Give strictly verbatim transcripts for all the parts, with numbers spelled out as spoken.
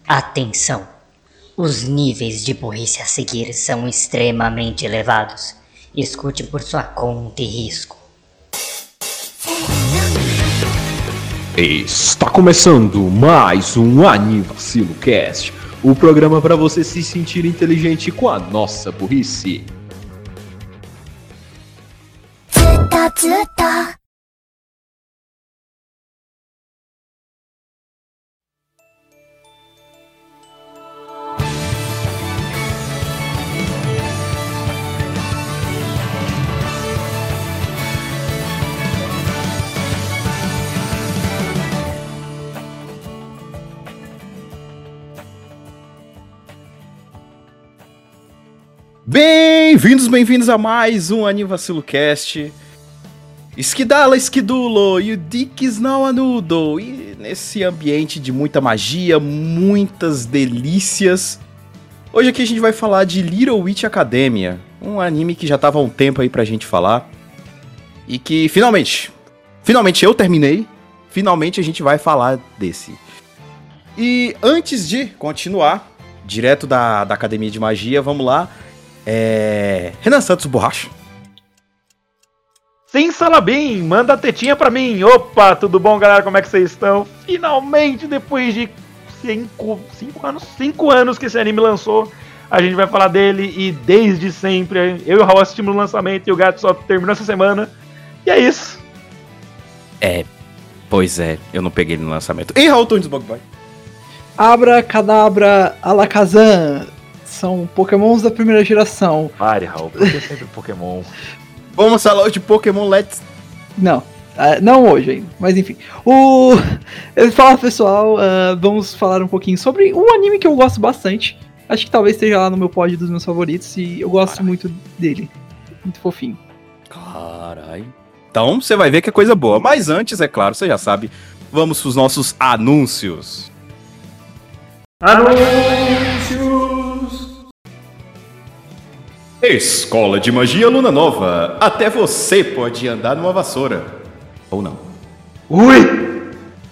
Atenção! Os níveis de burrice a seguir são extremamente elevados. Escute por sua conta e risco. Está começando mais um Anivacilo Cast, o programa para você se sentir inteligente com a nossa burrice. Bem-vindos, bem-vindos a mais um Anivacilo Cast. Esquidala, esquidulo, e o Dix não anudo. E nesse ambiente de muita magia, muitas delícias, hoje aqui a gente vai falar de Little Witch Academia, um anime que já tava há um tempo aí pra gente falar. E que finalmente, finalmente eu terminei, finalmente a gente vai falar desse. E antes de continuar, direto da, da Academia de Magia, vamos lá. É... Renan Santos Borracha. Sim, Salabim, manda a tetinha pra mim. Opa, tudo bom, galera? Como é que vocês estão? Finalmente, depois de cinco, cinco anos, cinco anos que esse anime lançou, a gente vai falar dele. E desde sempre, eu e o Raul assistimos no lançamento e o Gato só terminou essa semana. E é isso. É, pois é, eu não peguei ele no lançamento. E Raul Tunes Bogboy. Abra, Cadabra, Alakazam. São pokémons da primeira geração. Pare, Raul, porque sempre Pokémon. Vamos falar de Pokémon Let's... Não, uh, não hoje ainda, mas enfim. O... Fala pessoal, uh, vamos falar um pouquinho sobre um anime que eu gosto bastante. Acho que talvez esteja lá no meu pódio dos meus favoritos e eu gosto Carai. muito dele. Muito fofinho. Caralho. Então você vai ver que é coisa boa. Mas antes, é claro, você já sabe, vamos pros nossos anúncios. Anúncios! Escola de Magia Luna Nova. Até você pode andar numa vassoura. Ou não. Ui!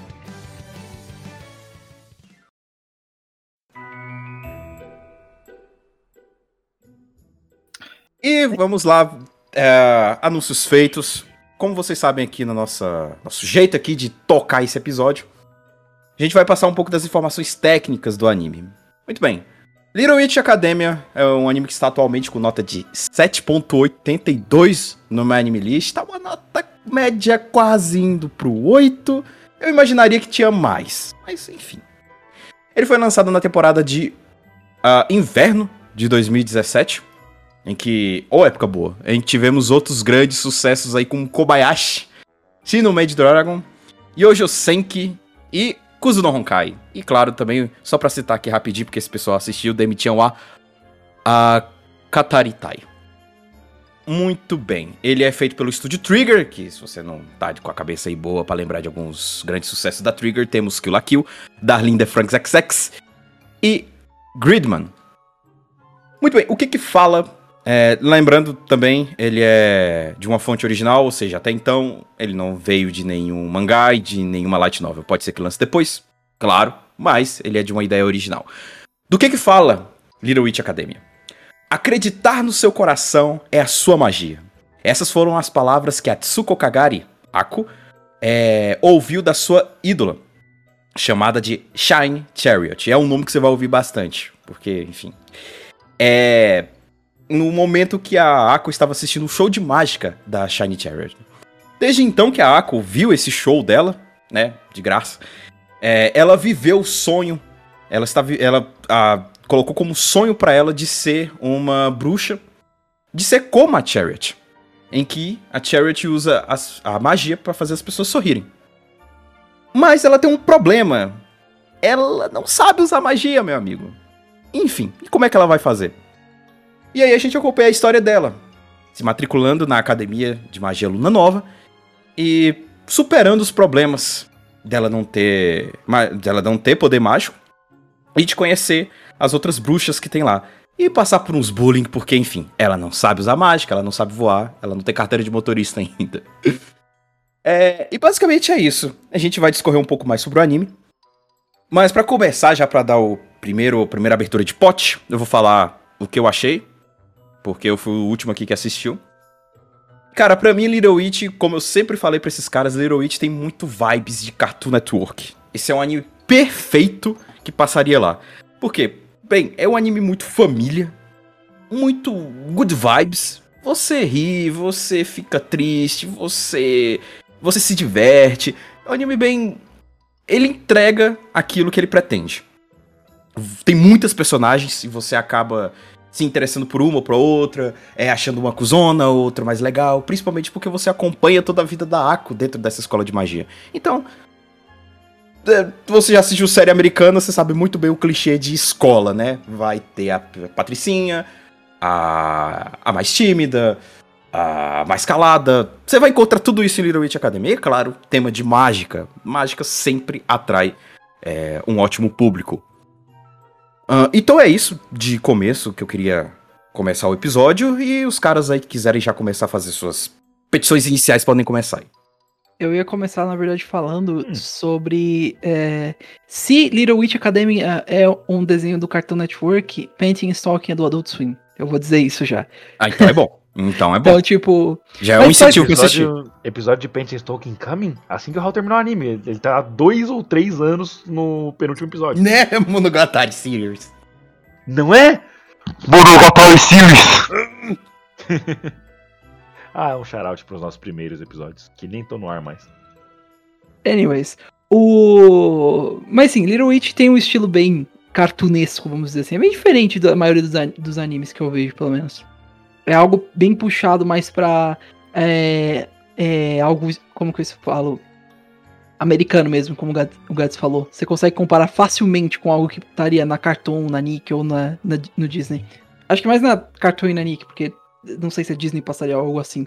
E vamos lá. É, anúncios feitos. Como vocês sabem aqui no nossa, nosso jeito aqui de tocar esse episódio, a gente vai passar um pouco das informações técnicas do anime. Muito bem. Little Witch Academia é um anime que está atualmente com nota de sete ponto oitenta e dois no My Anime List. Tá uma nota média quase indo pro oito. Eu imaginaria que tinha mais, mas enfim. Ele foi lançado na temporada de uh, inverno de dois mil e dezessete, em que, ou oh, época boa, em que tivemos outros grandes sucessos aí como Kobayashi, Shino Maid Dragon, Yojo Senki e Kuzuno Honkai. E claro, também, só pra citar aqui rapidinho, porque esse pessoal assistiu, demitiam a, a Kataritai. Muito bem. Ele é feito pelo estúdio Trigger, que se você não tá com a cabeça aí boa pra lembrar de alguns grandes sucessos da Trigger, temos Kill la Kill, Darling the Franxx X X e Gridman. Muito bem, o que que fala... É, lembrando também, ele é de uma fonte original, ou seja, até então ele não veio de nenhum mangá e de nenhuma light novel. Pode ser que lance depois, claro, mas ele é de uma ideia original. Do que que fala Little Witch Academia? Acreditar no seu coração é a sua magia. Essas foram as palavras que a Tsuko Kagari, Ako, é, ouviu da sua ídola, chamada de Shine Chariot. É um nome que você vai ouvir bastante, porque, enfim... É... no momento que a Ako estava assistindo um show de mágica da Shiny Chariot. Desde então que a Ako viu esse show dela, né, de graça, é, ela viveu o sonho, ela, estava, ela a, colocou como sonho para ela de ser uma bruxa, de ser como a Chariot, em que a Chariot usa as, a magia para fazer as pessoas sorrirem. Mas ela tem um problema, ela não sabe usar magia, meu amigo. Enfim, e como é que ela vai fazer? E aí a gente acompanha a história dela, se matriculando na Academia de Magia Luna Nova e superando os problemas dela não ter, dela não ter poder mágico e de conhecer as outras bruxas que tem lá. E passar por uns bullying, porque, enfim, ela não sabe usar mágica, ela não sabe voar, ela não tem carteira de motorista ainda. É, e basicamente é isso. A gente vai discorrer um pouco mais sobre o anime. Mas pra começar, já pra dar o primeiro, a primeira abertura de pote, eu vou falar o que eu achei, porque eu fui o último aqui que assistiu. Cara, pra mim, Little Witch, como eu sempre falei pra esses caras, Little Witch tem muito vibes de Cartoon Network. Esse é um anime perfeito que passaria lá. Por quê? Bem, é um anime muito família, muito good vibes. Você ri, você fica triste, você você se diverte. É um anime bem... Ele entrega aquilo que ele pretende. Tem muitas personagens e você acaba se interessando por uma ou por outra, é, achando uma cuzona, outra mais legal, principalmente porque você acompanha toda a vida da Ako dentro dessa escola de magia. Então, é, você já assistiu série americana, você sabe muito bem o clichê de escola, né? Vai ter a patricinha, a, a mais tímida, a mais calada. Você vai encontrar tudo isso em Little Witch Academy. E, claro, tema de mágica. Mágica sempre atrai é, um ótimo público. Uh, então é isso de começo que eu queria começar o episódio. E os caras aí que quiserem já começar a fazer suas petições iniciais podem começar aí. Eu ia começar, na verdade, falando hum. sobre é, se Little Witch Academy é um desenho do Cartoon Network, Painting Stalking é do Adult Swim. Eu vou dizer isso já. Ah, então é bom. Então é bom. Então, tipo... Já é um incentivo pra assistir. Episódio de Painting Stalking Coming, assim que o Hal terminou o anime. Ele tá há dois ou três anos no penúltimo episódio. Né? Monogatari Series. Não é? Monogatari Series! Ah, um shout-out pros nossos primeiros episódios, que nem tô no ar mais. Anyways, o... Mas sim, Little Witch tem um estilo bem cartunesco, vamos dizer assim. É bem diferente da maioria dos, an- dos animes que eu vejo, pelo menos. É algo bem puxado mais pra... É, é algo, como que eu falo? Americano mesmo, como o Gads falou. Você consegue comparar facilmente com algo que estaria na Cartoon, na Nick ou na, na, no Disney. Acho que mais na Cartoon e na Nick, porque não sei se a Disney passaria algo assim.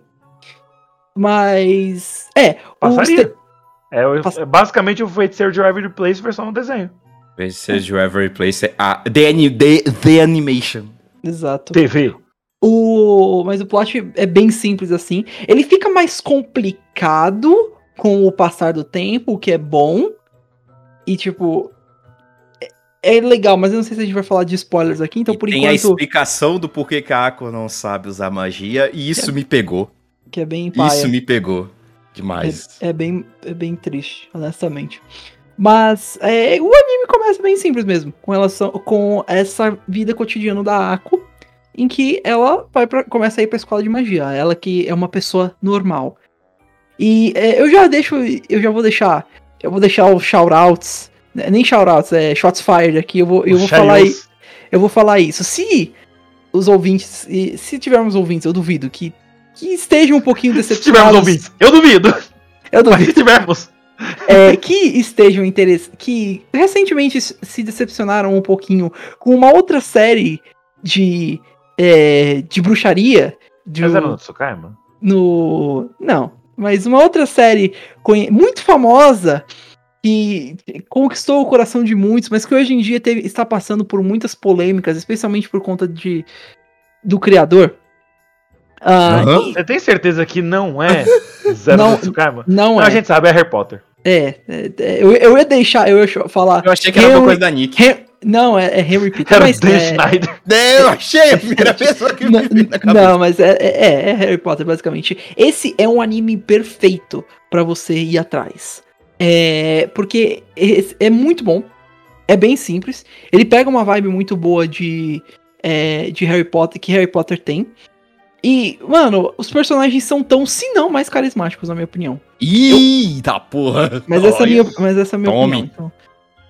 Mas... É. Passaria. Te... É, é basicamente o Feiticeiro de Waverly Place versão no desenho. Feiticeiro de Waverly Place é a... The, the, the Animation. Exato. T V. O... Mas o plot é bem simples assim. Ele fica mais complicado com o passar do tempo, o que é bom. E tipo... É legal, mas eu não sei se a gente vai falar de spoilers aqui, então e por tem enquanto... Tem a explicação do porquê que a Ako não sabe usar magia, e isso é, me pegou. Que é bem paia. Isso me pegou demais. É, é, bem, é bem triste, honestamente. Mas é, o anime começa bem simples mesmo, com relação com essa vida cotidiana da Ako, em que ela vai pra, começa a ir pra escola de magia, ela que é uma pessoa normal. E é, eu já deixo, eu já vou deixar, eu vou deixar os shoutouts, nem shoutouts, é shots fired aqui, eu vou, eu vou falar isso. Eu vou falar isso. Se os ouvintes, se tivermos ouvintes, eu duvido que, que estejam um pouquinho decepcionados. Se tivermos ouvintes, eu duvido. Eu duvido. Mas se tivermos. É, que estejam interessados, que recentemente se decepcionaram um pouquinho com uma outra série de, é, de bruxaria. De, mas era no Tsukaima? No... Não, mas uma outra série muito famosa que conquistou o coração de muitos, mas que hoje em dia teve, está passando por muitas polêmicas, especialmente por conta de, do criador. Ah, uhum. e... Você tem certeza que não é Zero não, no Tsukaima? Não, não é. A gente sabe, é Harry Potter. É, é, é eu, eu ia deixar, eu ia falar... Eu achei que era Henry, uma coisa da Nick. Henry, não, é, é Henry Peter. Era mas, Dan é, Schneider. Eu achei a primeira pessoa que não, me veio na cabeça. Não, mas é, é, é Harry Potter, basicamente. Esse é um anime perfeito pra você ir atrás. É, porque é, é muito bom, é bem simples. Ele pega uma vibe muito boa de, é, de Harry Potter, que Harry Potter tem. E, mano, os personagens são tão, se não, mais carismáticos, na minha opinião. Ih, tá porra. Mas essa, é minha, mas essa é a minha Tome. opinião. Então.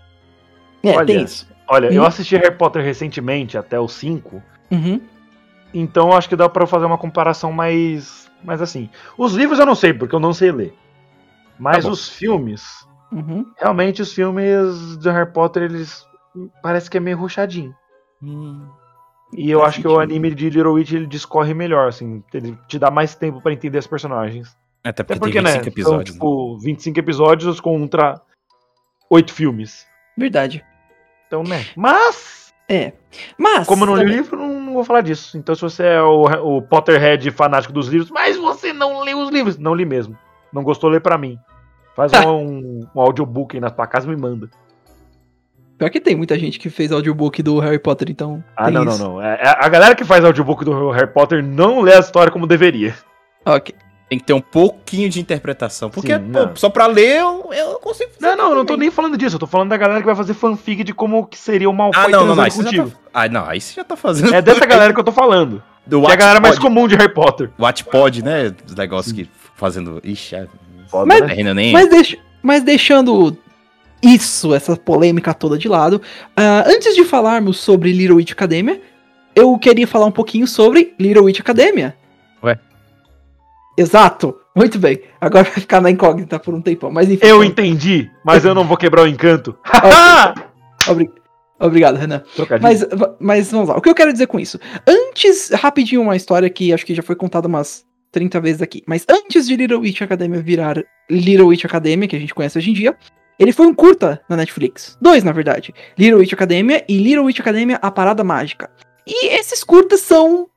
É, olha, tem isso. Olha, hum. eu assisti Harry Potter recentemente, até o cinco. Uhum. Então acho que dá pra fazer uma comparação mais, mais assim. Os livros eu não sei, porque eu não sei ler. Mas tá os filmes... Uhum. Realmente os filmes do Harry Potter, eles... Parece que é meio rushadinho. Hum. E eu acho que o anime de Little Witch ele discorre melhor, assim, ele te dá mais tempo pra entender as personagens. Até porque, Até porque tem vinte e cinco né, episódios. são, tipo, vinte e cinco episódios contra oito filmes. Verdade. Então, né, mas... É, mas... Como eu não li o também... livro, não, não vou falar disso. Então se você é o, o Potterhead fanático dos livros, mas você não leu os livros, não li mesmo. Não gostou, lê pra mim. Faz um, um audiobook aí na tua casa e me manda. Pior que tem muita gente que fez audiobook do Harry Potter, então. Ah, não, isso. não, não. É, a galera que faz audiobook do Harry Potter não lê a história como deveria. Ok. Tem que ter um pouquinho de interpretação. Porque, Sim, pô, só pra ler eu, eu consigo fazer. Não, não, eu não tô nem falando disso. Eu tô falando da galera que vai fazer fanfic de como que seria o Malfoy ah, não, não, não, aí contigo. tá... Ah, não, aí você já tá fazendo. É dessa galera que eu tô falando. Do que é a galera mais comum de Harry Potter. O Wattpad, né? Os negócios que fazendo... Ixi, é... Foda, mas, né? nem... mas, deix... mas deixando isso, essa polêmica toda de lado, uh, antes de falarmos sobre Little Witch Academia, eu queria falar um pouquinho sobre Little Witch Academia. Ué? Exato, muito bem. Agora vai ficar na incógnita por um tempão, mas enfim. Eu entendi, mas eu não vou quebrar o encanto. Obrig... Obrigado, Renan. Mas, mas vamos lá, o que eu quero dizer com isso? Antes, rapidinho uma história que acho que já foi contada umas trinta vezes aqui, mas antes de Little Witch Academia virar Little Witch Academia, que a gente conhece hoje em dia, ele foi um curta na Netflix. Dois, na verdade. Little Witch Academia e Little Witch Academia, A Parada Mágica. E esses curtas são...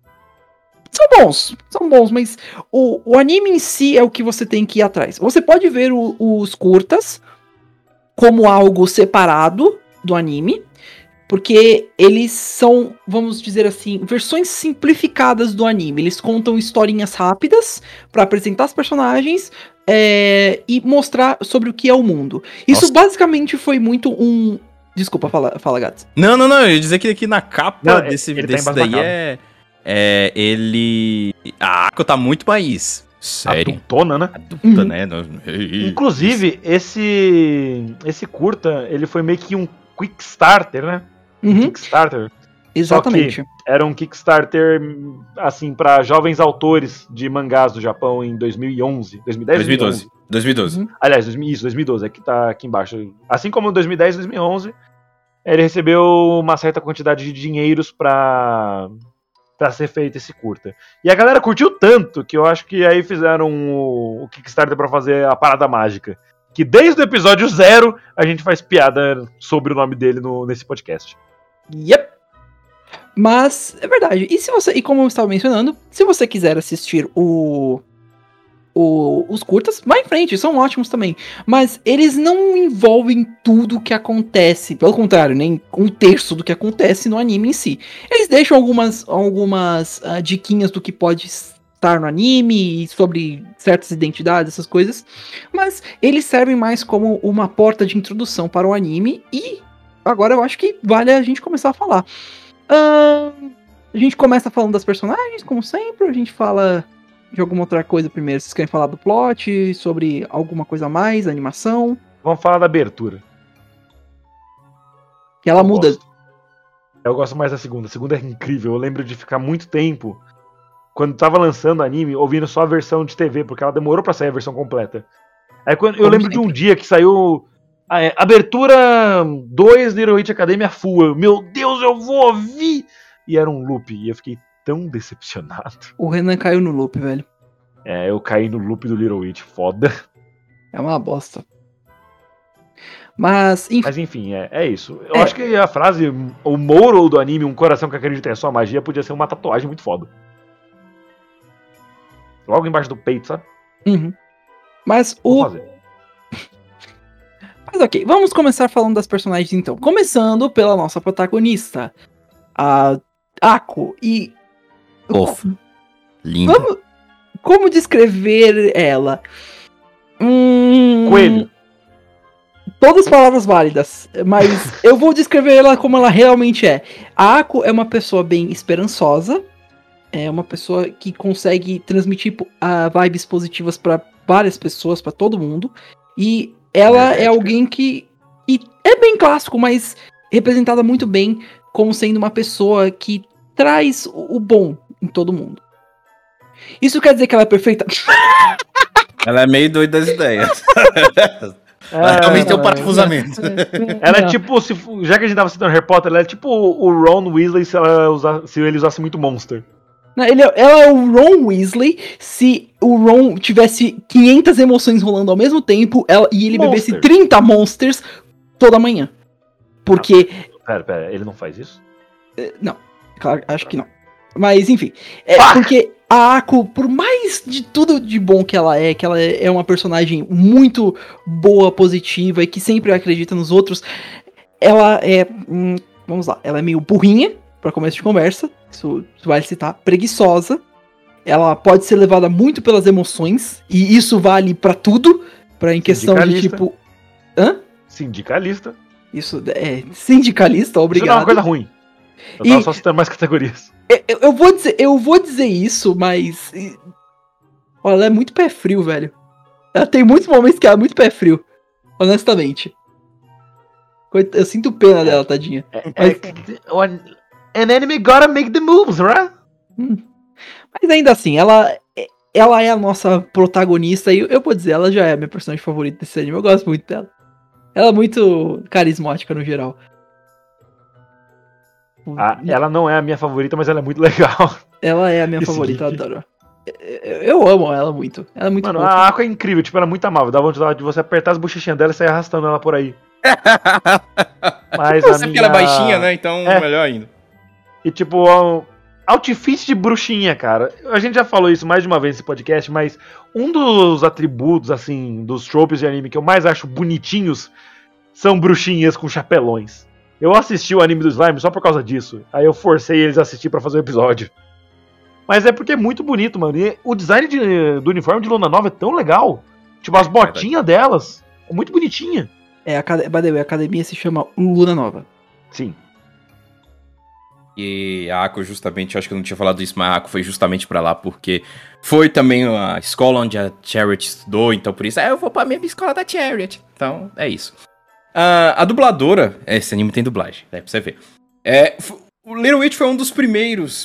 São bons, são bons, mas o, o anime em si é o que você tem que ir atrás. Você pode ver o, os curtas como algo separado do anime, porque eles são, vamos dizer assim, versões simplificadas do anime. Eles contam historinhas rápidas para apresentar os personagens é, e mostrar sobre o que é o mundo. Isso Nossa. basicamente foi muito um... Desculpa, fala, fala Gats. Não, não, não, eu ia dizer que aqui na capa não, desse, desse tá daí é... É, ele... A Ako tá muito mais sério. Adultona, né? Adulta, uhum. né? Inclusive, esse esse curta, ele foi meio que um Kickstarter, né? Uhum. Kickstarter. Exatamente. Só que era um Kickstarter, assim, pra jovens autores de mangás do Japão em dois mil e onze. dois mil e dez? dois mil e doze. dois mil e doze. Uhum. Aliás, isso, dois mil e doze. Aqui tá aqui embaixo. Assim como em dois mil e dez e dois mil e onze, ele recebeu uma certa quantidade de dinheiros pra... pra ser feito esse curta. E a galera curtiu tanto que eu acho que aí fizeram o, o Kickstarter pra fazer a Parada Mágica. Que desde o episódio zero a gente faz piada sobre o nome dele no, nesse podcast. Yep. Mas, é verdade. E se você, e como eu estava mencionando, se você quiser assistir o, o os curtas, vai em frente, são ótimos também. Mas eles não envolvem tudo que acontece. Pelo contrário, nem um terço do que acontece no anime em si. Eles deixam algumas, algumas uh, diquinhas do que pode estar no anime, sobre certas identidades, essas coisas. Mas eles servem mais como uma porta de introdução para o anime. E agora eu acho que vale a gente começar a falar. Uh, a gente começa falando das personagens, como sempre. A gente fala... de alguma outra coisa primeiro. Vocês querem falar do plot? Sobre alguma coisa a mais? Animação? Vamos falar da abertura. Que ela eu muda. Gosto. Eu gosto mais da segunda. A segunda é incrível. Eu lembro de ficar muito tempo, quando tava lançando o anime, ouvindo só a versão de T V, porque ela demorou pra sair a versão completa. Aí quando, eu lembro sempre. de um dia que saiu a, é, abertura dois Little Witch Academia Full. Eu, meu Deus, eu vou ouvir! E era um loop. E eu fiquei tão decepcionado. O Renan caiu no loop, velho. É, eu caí no loop do Little Witch, foda. É uma bosta. Mas, enfim. Mas enfim, é, é isso. Eu é. acho que a frase, o moral do anime, um coração que acredita é só magia, podia ser uma tatuagem muito foda. Logo embaixo do peito, sabe? Uhum. Mas Vou o... fazer. Mas ok, vamos começar falando das personagens então. Começando pela nossa protagonista, a Ako. E... Fofa. Linda. Como, como descrever ela? Hum... Coelho. Todas as palavras válidas, mas eu vou descrever ela como ela realmente é. A Ako é uma pessoa bem esperançosa, é uma pessoa que consegue transmitir uh, vibes positivas para várias pessoas, para todo mundo, e ela é, é alguém que, que é bem clássico, mas representada muito bem como sendo uma pessoa que traz o bom em todo mundo. Isso quer dizer que ela é perfeita? Ela é meio doida das ideias. Ela é, realmente tem um parafusamento. Ela é tipo, se, já que a gente tava citando Harry Potter, ela é tipo o Ron Weasley se, ela usa, se ele usasse muito Monster. Não, ele, ela é o Ron Weasley se o Ron tivesse quinhentas emoções rolando ao mesmo tempo ela, e ele Monster. bebesse trinta Monsters toda manhã. Porque... Não, pera, pera, ele não faz isso? Não, claro, acho que não. Mas, enfim, é porque a Ako, por mais de tudo de bom que ela é, que ela é uma personagem muito boa, positiva e que sempre acredita nos outros, ela é, hum, vamos lá, ela é meio burrinha, pra começo de conversa, isso, isso vale citar, preguiçosa, ela pode ser levada muito pelas emoções, e isso vale pra tudo, pra em questão de tipo... Hã? Sindicalista. Isso é sindicalista, obrigado. Isso não é uma coisa ruim. Eu tava e, só citando mais categorias. Eu, eu, vou dizer, eu vou dizer isso, mas... Olha, ela é muito pé frio, velho. Ela tem muitos momentos que ela é muito pé frio. Honestamente. Eu sinto pena dela, tadinha. É, mas... é, an enemy gotta make the moves, right? Hum. Mas ainda assim, ela, ela é a nossa protagonista. E eu, eu vou dizer, ela já é a minha personagem favorita desse anime. Eu gosto muito dela. Ela é muito carismática no geral. Ah, ela não é a minha favorita, mas ela é muito legal. Ela é a minha Esse favorita, eu geek. adoro. Eu, eu amo ela muito. Ela é muito Mano, fofa. a Aqua é incrível, tipo, ela é muito amável. Dá vontade de você apertar as bochechinhas dela e sair arrastando ela por aí. Mas a Sabe minha... que ela é baixinha, né? Então, É. melhor ainda. E tipo, o outfit de bruxinha, cara. A gente já falou isso mais de uma vez nesse podcast, mas um dos atributos, assim, dos tropes de anime que eu mais acho bonitinhos são bruxinhas com chapelões. Eu assisti o anime do Slime só por causa disso. Aí eu forcei eles a assistir pra fazer o episódio. Mas é porque é muito bonito, mano. E o design de, do uniforme de Luna Nova é tão legal. Tipo, as botinhas delas. É muito bonitinha. É, a, by the way, a academia se chama Luna Nova. Sim. E a Ako, justamente, eu acho que eu não tinha falado isso, mas a Ako foi justamente pra lá, porque foi também a escola onde a Chariot estudou, então por isso, ah, eu vou pra mesma escola da Chariot. Então, é isso. Uh, a dubladora, esse anime tem dublagem, né, pra você ver. É, o Little Witch foi um dos primeiros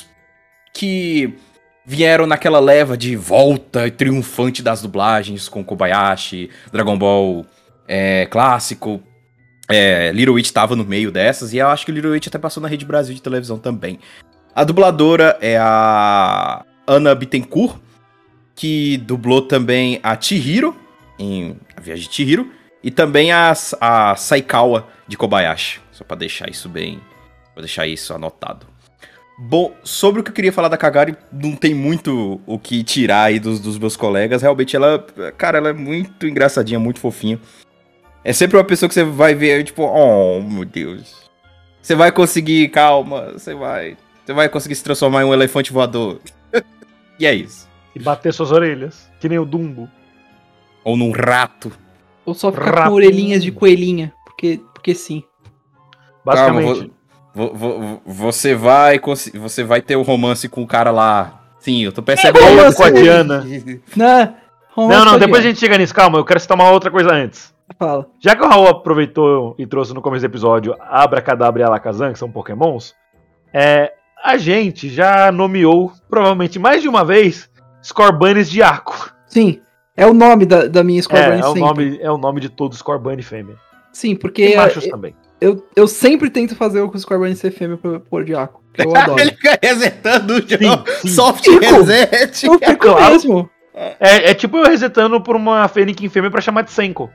que vieram naquela leva de volta triunfante das dublagens, com Kobayashi, Dragon Ball é, clássico. É, Little Witch tava no meio dessas, e eu acho que o Little Witch até passou na Rede Brasil de televisão também. A dubladora é a Ana Bittencourt, que dublou também a Chihiro, em A Viagem de Chihiro, e também a, a Saikawa de Kobayashi, só pra deixar isso bem, pra deixar isso anotado. Bom, sobre o que eu queria falar da Kagari, não tem muito o que tirar aí dos, dos meus colegas, realmente ela, cara, ela é muito engraçadinha, muito fofinha. É sempre uma pessoa que você vai ver, tipo, oh, meu Deus. Você vai conseguir, calma, você vai... Você vai conseguir se transformar em um elefante voador. E é isso. E bater suas orelhas, que nem o Dumbo. Ou num rato. Ou só ficar Ratinho. com orelhinhas de coelhinha, porque, porque sim. Basicamente. Calma, vo, vo, vo, você vai você vai ter o um romance com o cara lá. Sim, eu tô percebendo. É, romance com a Diana. Não, Não, não, depois a gente chega nisso. Calma, eu quero citar uma outra coisa antes. Fala. Já que o Raul aproveitou e trouxe no começo do episódio Abracadabra e Alakazam, que são pokémons, é, a gente já nomeou, provavelmente mais de uma vez, Scorbunnies de Ako. Sim, é o nome da, da minha É, Scorbunny é, o sempre. nome, é o nome de todo Scorbunny fêmea. Sim, porque E machos eu, também. eu, eu sempre tento fazer o Scorbunny ser fêmea pra pôr de Ako. Eu adoro. Ele fica resetando o jogo. sim. Soft Fico. reset. Eu fico É claro. mesmo. É, é tipo eu resetando por uma Fênix fêmea pra chamar de Senko.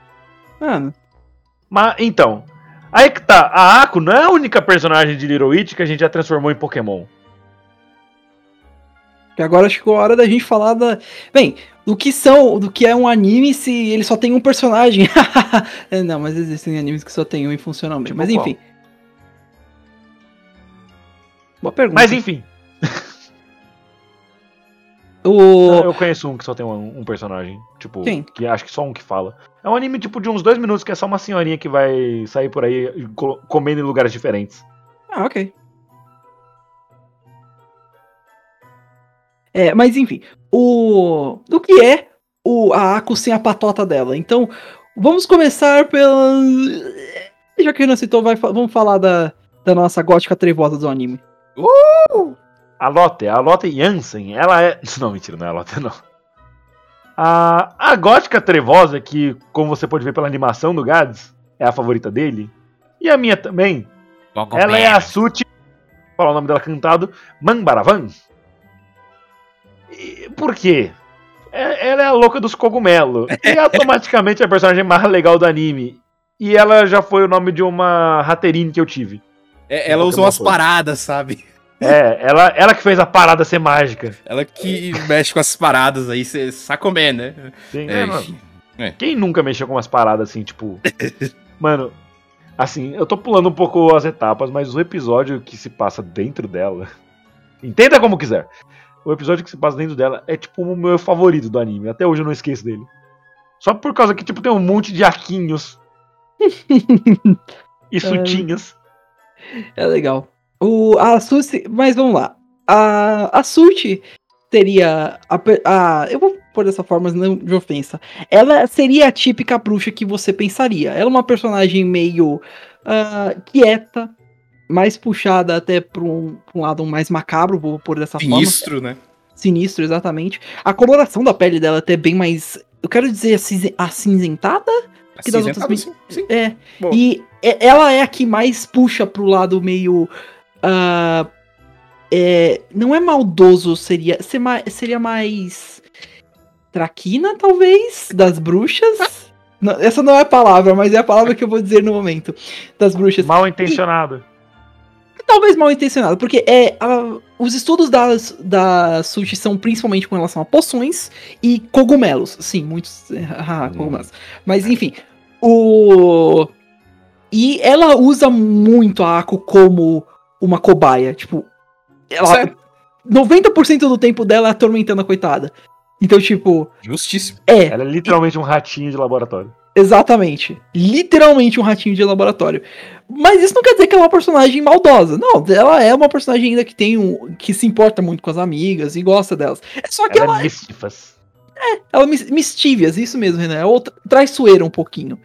Mano, Mas, então, aí que tá, a Ako não é a única personagem de Little Witch que a gente já transformou em Pokémon. que agora chegou a hora da gente falar da... Bem, do que são, do que é um anime se ele só tem um personagem. É, não, mas existem animes que só tem um e funcionam bem. Tipo Mas qual? enfim. Boa pergunta. Mas enfim, O... eu conheço um que só tem um, um personagem, tipo, Quem? que acho que só um que fala. É um anime tipo de uns dois minutos que é só uma senhorinha que vai sair por aí e co- comendo em lugares diferentes. Ah, ok. É, mas enfim, o... do que é o... a Ako sem a patota dela? Então, vamos começar pela... Já que o Renan citou, vai, fa- vamos falar da, da nossa gótica trevosa do anime. A Lotte, a Lotte Jansen, ela é... Não, mentira, não é a Lotte, não. A, a gótica trevosa, que, como você pode ver pela animação do Gads, é a favorita dele, e a minha também, ela é a Suti, vou falar o nome dela cantado, Manbaravan. E por quê? É- ela é a louca dos cogumelos, e automaticamente é a personagem mais legal do anime. E ela já foi o nome de uma raterine que eu tive. É, ela usa umas paradas, sabe? É, ela, ela que fez a parada ser mágica. Ela que mexe com as paradas aí, você sabe comer, né? Sim, É, é, mano. enfim. É. Quem nunca mexeu com umas paradas assim, tipo. Mano, Assim, eu tô pulando um pouco as etapas, mas o episódio que se passa dentro dela... Entenda como quiser. O episódio que se passa dentro dela é tipo o meu favorito do anime. Até hoje eu não esqueço dele. Só por causa que tipo tem um monte de arquinhos. E sutinhas. É, é legal. O, a Sushi... Mas vamos lá. A, a Sushi seria... A, a, eu vou pôr dessa forma, não de ofensa. Ela seria a típica bruxa que você pensaria. Ela é uma personagem meio uh, quieta, mais puxada até para um, pra um lado mais macabro, vou pôr dessa Sinistro, forma. né? Sinistro, exatamente. A coloração da pele dela é até bem mais... Eu quero dizer acinze- acinzentada? Que das outras... sim, sim. É. Boa. E é- ela é a que mais puxa pro lado meio... ah, é, não é maldoso, seria, ser ma- seria mais... Traquina, talvez? Das bruxas? Não, essa não é a palavra, mas é a palavra que eu vou dizer no momento. Das bruxas. Mal intencionado. Talvez mal intencionado, porque é a- os estudos da, da Sushi são principalmente com relação a poções e cogumelos. Sim, muitos ah, cogumelos. Mas enfim, o e ela usa muito a Ako como uma cobaia, tipo, ela Sério? noventa por cento do tempo dela é atormentando a coitada. Então, tipo, Justíssimo. é, Ela é literalmente um ratinho de laboratório. exatamente. Literalmente um ratinho de laboratório. Mas isso não quer dizer que ela é uma personagem maldosa. Não, ela é uma personagem ainda que tem um. Que se importa muito com as amigas e gosta delas. É só que Ela ela, é mischievous. ela é mis- mischievous, isso mesmo, Renan. É outra, traiçoeira um pouquinho.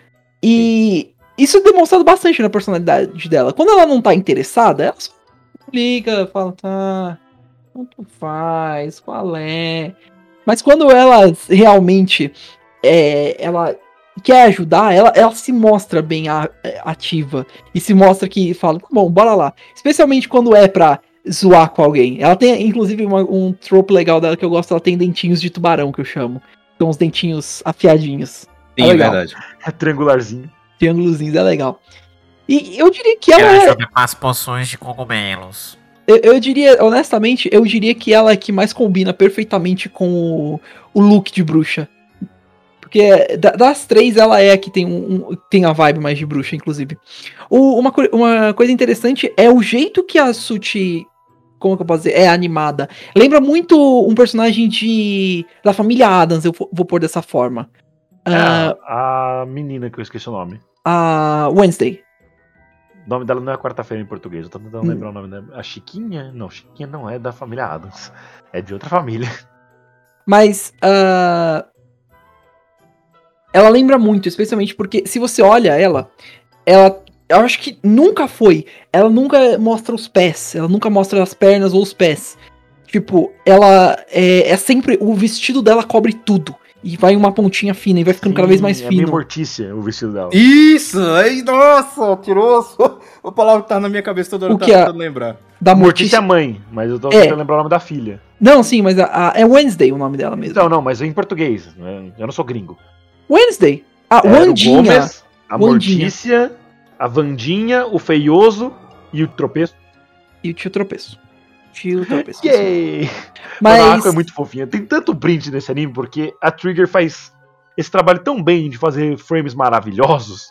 E isso é demonstrado bastante na personalidade dela. Quando ela não tá interessada, ela só liga, fala, tá. Tanto faz, qual é? Mas quando ela realmente é, ela quer ajudar, ela, ela se mostra bem a- ativa. E se mostra que fala, tá bom, bora lá. Especialmente quando é pra zoar com alguém. Ela tem, inclusive, uma- um trope legal dela que eu gosto, ela tem dentinhos de tubarão, que eu chamo. São uns dentinhos afiadinhos. Sim, É é legal. verdade. É triangularzinho. Triângulozinhos, é legal. E eu diria que ela Ela é... joga com as poções de cogumelos. Eu, eu diria, honestamente, eu diria que ela é que mais combina perfeitamente com o, o look de bruxa. Porque da- das três, ela é a que tem, um, um- tem a vibe mais de bruxa, inclusive. O- uma, co- uma coisa interessante é o jeito que a Suchi, como que eu posso dizer, é animada. Lembra muito um personagem de da família Addams, eu vou, vou pôr dessa forma. Ah, É, a menina que eu esqueci o nome. a Wednesday. O nome dela não é quarta-feira em português, eu tô tentando Hum. lembrar o nome dela. A Chiquinha? Não, Chiquinha não é da família Adams. É de outra família. Mas ah, ela lembra muito, especialmente porque se você olha ela, ela, eu acho que nunca foi, ela nunca mostra os pés, ela nunca mostra as pernas ou os pés. Tipo, ela é, é sempre, o vestido dela cobre tudo. E vai uma pontinha fina e vai ficando cada vez mais É meio fino. Mortícia o vestido dela. Isso! Aí, nossa, tirou a, sua- a palavra que tá na minha cabeça toda hora, O eu que tava é? tentando lembrar. Da Mortícia é Mortícia. mãe, mas eu tô É. tentando lembrar o nome da filha. Não, sim, mas a, a- é Wednesday o nome dela mesmo. Então, não, mas em português. Né? Eu não sou gringo. Wednesday. A Era o Wandinha. Gomes, a Wandinha. Mortícia, a Vandinha, o Feioso e o Tropeço. E o tio Tropeço. Tio Tropeço. Yay! Mas... a Mas. Aqua é muito fofinha. Tem tanto print nesse anime porque a Trigger faz esse trabalho tão bem de fazer frames maravilhosos.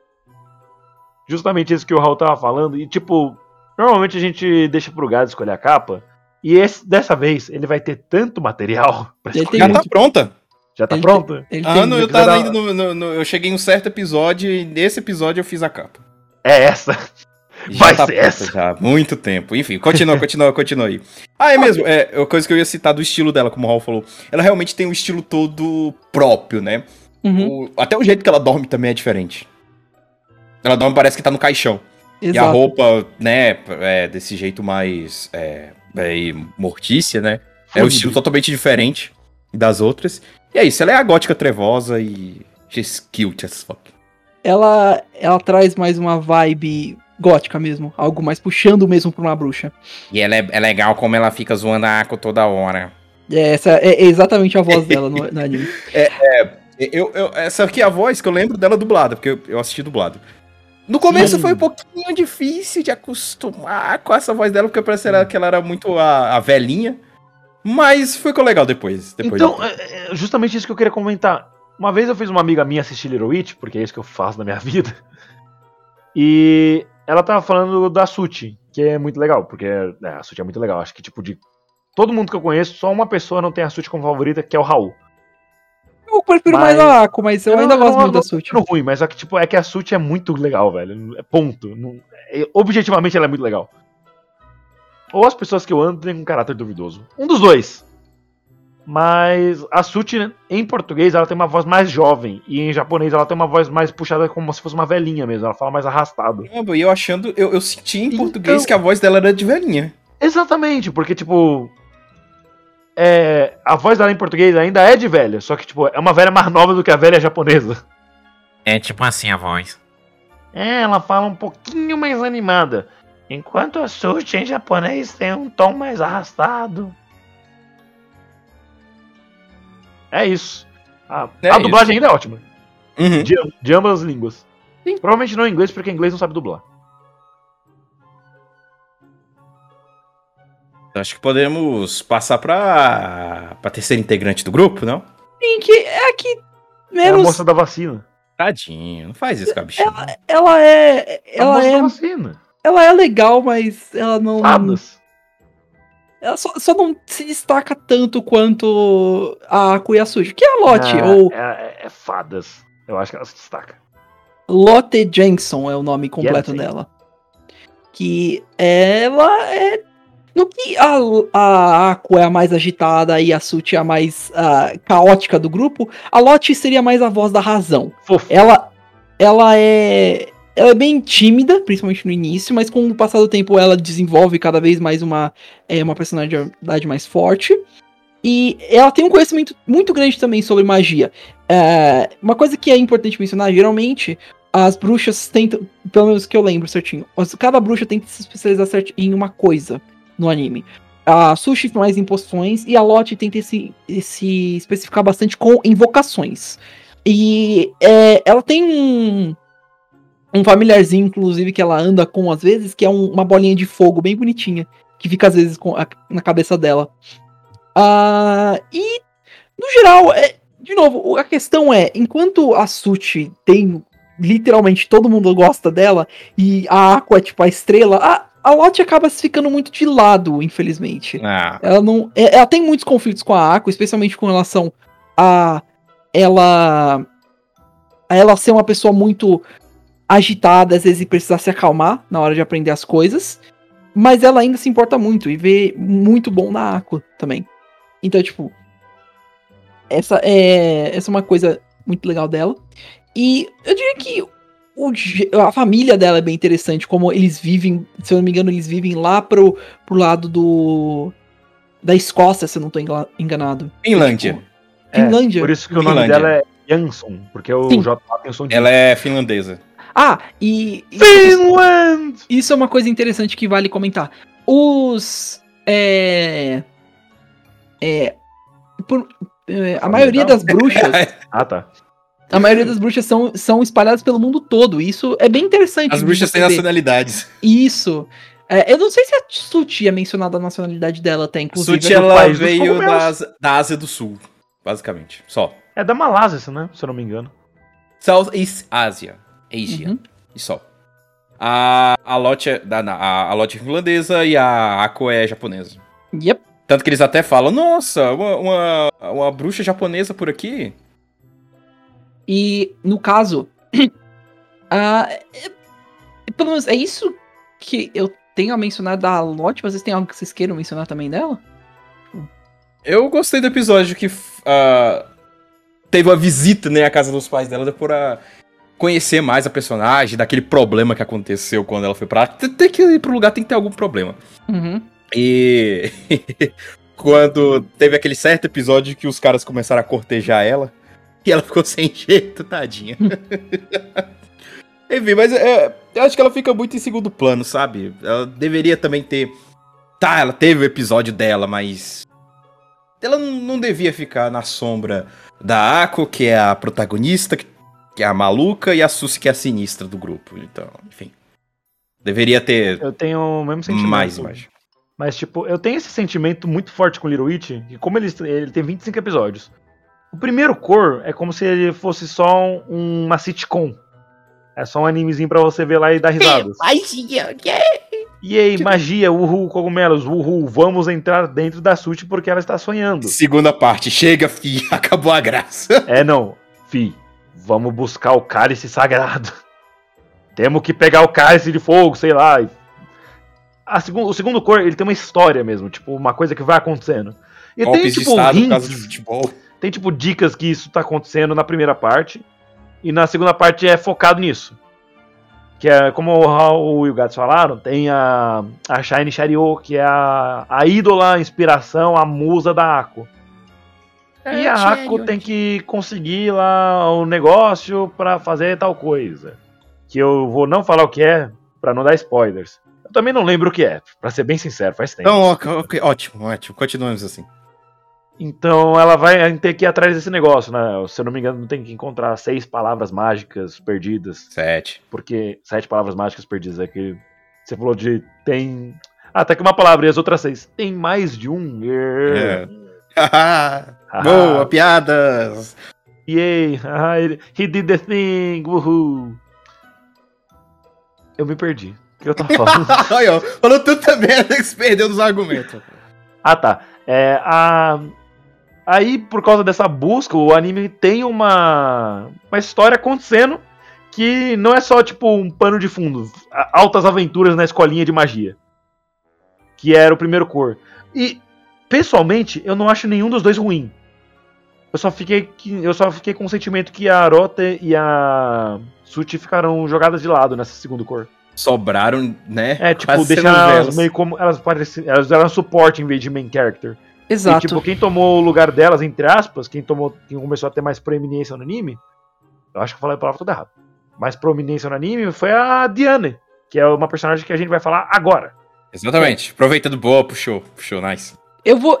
Justamente isso que o Raul tava falando. E tipo, normalmente a gente deixa pro Gado escolher a capa. E esse, dessa vez ele vai ter tanto material pra Ele escolher. Já tem tá muito. pronta? Já tá Ele pronta? Ele Ah, tem não, eu muito. tava Vai ainda dar- no, no- no- Eu cheguei em um certo episódio e nesse episódio eu fiz a capa. É essa. Já Vai tá ser pronta essa. já há muito tempo. Enfim, continua, continua, continua aí. Ah, é mesmo, é uma coisa que eu ia citar do estilo dela, como o Raul falou. Ela realmente tem um estilo todo próprio, né? Uhum, O- até o jeito que ela dorme também é diferente. Ela dorme parece que tá no caixão. E a exato. roupa, né, é desse jeito mais é, é, mortícia, né? É um Fudido. estilo totalmente diferente das outras. E é isso, ela é a gótica trevosa e she's cute as fuck. Ela, ela traz mais uma vibe gótica mesmo. Algo mais puxando mesmo pra uma bruxa. E ela é, é legal como ela fica zoando a Ako toda hora. É, essa é exatamente a voz dela no, no anime. Eu, eu- essa aqui é a voz que eu lembro dela dublada, porque eu, eu assisti dublado. No começo Sim. foi um pouquinho difícil de acostumar com essa voz dela, porque parecia ela- que ela era muito a, a velhinha. Mas ficou legal depois. depois Então, de- é é justamente isso que eu queria comentar. Uma vez eu fiz uma amiga minha assistir Little Witch, porque é isso que eu faço na minha vida. E ela tava falando da Suti, que é muito legal, porque é, a Suti é muito legal. Acho que, tipo, de todo mundo que eu conheço, só uma pessoa não tem a Suti como favorita, que é o Raul. Eu prefiro Mas- mais a Ako, mas eu, Eu ainda não- gosto eu muito não da Suti. acho ruim, mas é que, tipo, é que a Suti é muito legal, velho. É ponto. Não- é- objetivamente ela é muito legal. Ou as pessoas que eu ando têm um caráter duvidoso. Um dos dois. Mas a Suti, em português, ela tem uma voz mais jovem. E em japonês ela tem uma voz mais puxada como se fosse uma velhinha mesmo. Ela fala mais arrastado. Caramba, e eu achando, eu, eu senti em Então- português que a voz dela era de velhinha. Exatamente, porque, tipo. É, a voz dela em português ainda é de velha. Só que, tipo, é uma velha mais nova do que a velha japonesa. É tipo assim a voz. É, ela fala um pouquinho mais animada. Enquanto a Sushi em japonês tem um tom mais arrastado. É isso. A, É a isso. dublagem ainda é ótima. Uhum. De, de ambas as línguas. Sim. Provavelmente não em inglês, porque inglês não sabe dublar. Acho que podemos passar pra, pra terceira integrante do grupo, não? Sim, que é a que É a menos. moça da vacina. Tadinho, não faz isso com a bichinha. Ela é. a Ela moça é. da vacina. Ela é legal, mas ela não. Fadas. Ela só, só não se destaca tanto quanto a Ako e a Sushi. Que é a Lotte, Ah, ou é, é- é fadas. Eu acho que ela se destaca. Lotte Jensen é o nome completo Jensen. dela. Que ela é. No que a, a Ako é a mais agitada e a Suchi é a mais ah, caótica do grupo, a Lotte seria mais a voz da razão. Fofo. Ela, ela é. Ela é bem tímida, principalmente no início, mas com o passar do tempo ela desenvolve cada vez mais uma, é, uma personalidade mais forte. E ela tem um conhecimento muito grande também sobre magia. É, uma coisa que é importante mencionar, geralmente, as bruxas tentam, pelo menos que eu lembro certinho, as- cada bruxa tenta se especializar certi- em uma coisa no anime. A Sushi mais em poções e a Lotte tenta se, se especificar bastante com invocações. E é, ela tem um, um familiarzinho, inclusive, que ela anda com às vezes, que é um- uma bolinha de fogo bem bonitinha, que fica às vezes com a- na cabeça dela. Ah, e, no geral, é, de novo, o- a questão é, enquanto a Suchi tem, literalmente, todo mundo gosta dela, e a Ako é tipo a estrela, a, a Lotte acaba se ficando muito de lado, infelizmente. Ah, Ela não. é- Ela tem muitos conflitos com a Ako, especialmente com relação a ela. A ela ser uma pessoa muito agitada, às vezes e precisar se acalmar na hora de aprender as coisas. Mas ela ainda se importa muito e vê muito bom na Ako também. Então, tipo. Essa é, essa é uma coisa muito legal dela. E eu diria que o je- a família dela é bem interessante, como eles vivem, se eu não me engano, eles vivem lá pro, pro lado do. Da Escócia, se eu não tô engla- enganado. Finlândia. Tipo, Finlândia. Por isso que o nome Finlândia. dela é Jansson, porque o Sim. J tem o som de Ela é finlandesa. Ah, e. e- Finland! Isso é uma coisa interessante que vale comentar. Os. É. É. por- é, a maioria das bruxas. Ah, tá. A maioria das bruxas são, são espalhadas pelo mundo todo. E isso é bem interessante. As de bruxas você têm ver. nacionalidades. Isso. É, eu não sei se a Suti é mencionada a nacionalidade dela até, inclusive. Suti, é do ela país dos veio cogumelos. das, da Ásia do Sul, basicamente. Só. É da Malásia, isso, né? Se eu não me engano. Southeast Asia. Asia. Uhum. E só. A, a Lotte é, da, a, a Lotte é finlandesa e a Ako é japonesa. Yep. Tanto que eles até falam, nossa, uma, uma, uma bruxa japonesa por aqui? E, no caso, ah, é, pelo menos é isso que eu tenho a mencionar da Lotte. Vocês têm algo que vocês queiram mencionar também dela? Eu gostei do episódio que ah, teve uma visita, né, à casa dos pais dela, por a conhecer mais a personagem, daquele problema que aconteceu quando ela foi pra lá. Tem tem que ir pro lugar, tem que ter algum problema. Uhum. E quando teve aquele certo episódio que os caras começaram a cortejar ela, e ela ficou sem jeito, tadinha. Enfim, mas é, eu acho que ela fica muito em segundo plano, sabe? Ela deveria também ter... Tá, ela teve o episódio dela, mas... Ela não não devia ficar na sombra da Ako, que é a protagonista, que que é a maluca, e a Suzy, que é a sinistra do grupo. Então, enfim. Deveria ter Eu tenho o mesmo sentimento. mais imagem. Mas, tipo, eu tenho esse sentimento muito forte com o Little Witch, que como ele, ele tem vinte e cinco episódios, o primeiro core é como se ele fosse só um- uma sitcom. É só um animezinho pra você ver lá e dar risadas. E aí, magia, uhul, cogumelos, uhul, vamos entrar dentro da Suti porque ela está sonhando. Segunda parte, chega, fi, acabou a graça. É, não, fi, vamos buscar o cálice sagrado. Temos que pegar o cálice de fogo, sei lá. A seg- o segundo cor, ele tem uma história mesmo, tipo, uma coisa que vai acontecendo. E Golpes tem, de tipo, estado por causa de hints, futebol. tem, tipo, dicas que isso tá acontecendo na primeira parte. E na segunda parte é focado nisso. Que é, como o Raul e o Gats falaram, tem a, a Shine Shariô, que é a, a ídola, a inspiração, a musa da Ako. E a Ako tem que conseguir lá o negócio pra fazer tal coisa. Que eu vou não falar o que é, pra não dar spoilers. Eu também não lembro o que é, pra ser bem sincero, faz tempo. Então, ok, ok, ótimo, ótimo, continuamos assim. Então ela vai ter que ir atrás desse negócio, né? Se eu não me engano, tem que encontrar seis palavras mágicas perdidas. Sete. Porque sete palavras mágicas perdidas é que você falou de tem. Ah, tá aqui uma palavra e as outras seis. Tem mais de um. É. Boa, piadas. Yay! Ah, ele- He did the thing! Uhul! Eu me perdi. O que eu tava falando? Olha, ó, falou tanta merda que se perdeu nos argumentos. Ah, tá. É, a... Aí, por causa dessa busca, o anime tem uma, uma história acontecendo que não é só, tipo, um pano de fundo. A- Altas aventuras na escolinha de magia. Que era o primeiro cor. E, pessoalmente, eu não acho nenhum dos dois ruim. Eu só fiquei, que- eu só fiquei com o sentimento que a Arote e a Suti ficaram jogadas de lado nessa segunda cor. Sobraram, né? É, tipo, quase deixaram sendo elas velas. meio como... Elas, pareciam, elas eram suporte em vez de main character. Exato. E, tipo, quem tomou o lugar delas, entre aspas, quem tomou, quem começou a ter mais proeminência no anime, eu acho que eu falei a palavra toda errada. Mais proeminência no anime foi a Diane, que é uma personagem que a gente vai falar agora. Exatamente. Aproveitando, boa, puxou, puxou, nice. Eu vou,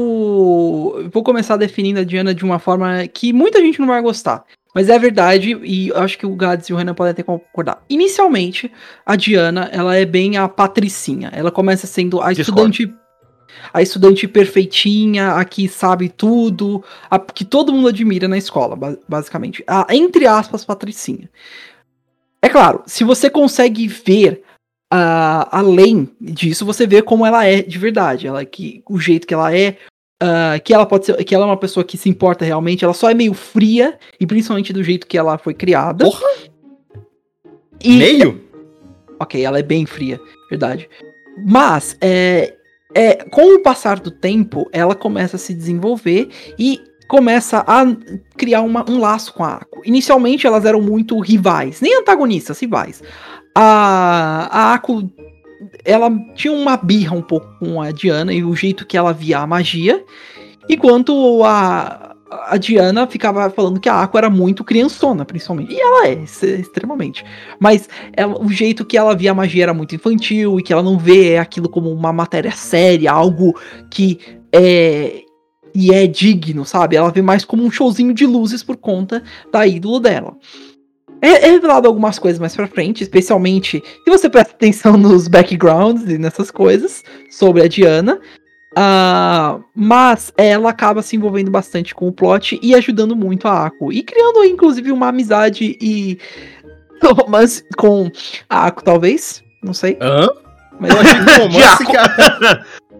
eu vou começar definindo a Diana de uma forma que muita gente não vai gostar. Mas é verdade, e eu acho que o Gads e o Renan podem até concordar. Inicialmente, a Diana, ela é bem a patricinha. Ela começa sendo a Discord. estudante... A estudante perfeitinha, a que sabe tudo, a que todo mundo admira na escola, ba- basicamente. A, entre aspas, patricinha. É claro, se você consegue ver ah, além disso, você vê como ela é de verdade. Ela, que, o jeito que ela é, ah, que ela pode ser, que ela é uma pessoa que se importa realmente, ela só é meio fria, e principalmente do jeito que ela foi criada. Porra! E, Meio? Ok, ela é bem fria, verdade. Mas, é, é, com o passar do tempo, ela começa a se desenvolver e começa a criar uma- um laço com a Ako. Inicialmente, elas eram muito rivais, nem antagonistas, rivais. A, a Ako, ela tinha uma birra um pouco com a Diana e o jeito que ela via a magia, enquanto a, a Diana ficava falando que a Ako era muito criançona, principalmente. E ela é, ex- extremamente. Mas ela- o jeito que ela via a magia era muito infantil e que ela não vê aquilo como uma matéria séria, algo que é e é digno, sabe? Ela vê mais como um showzinho de luzes por conta da ídolo dela. É, é revelado algumas coisas mais pra frente, especialmente se você presta atenção nos backgrounds e nessas coisas sobre a Diana. Ah, mas ela acaba se envolvendo bastante com o plot e ajudando muito a Ako. E criando, inclusive, uma amizade e romance com a Ako, talvez. Não sei. Hã? Mas Eu achei que o romance, cara.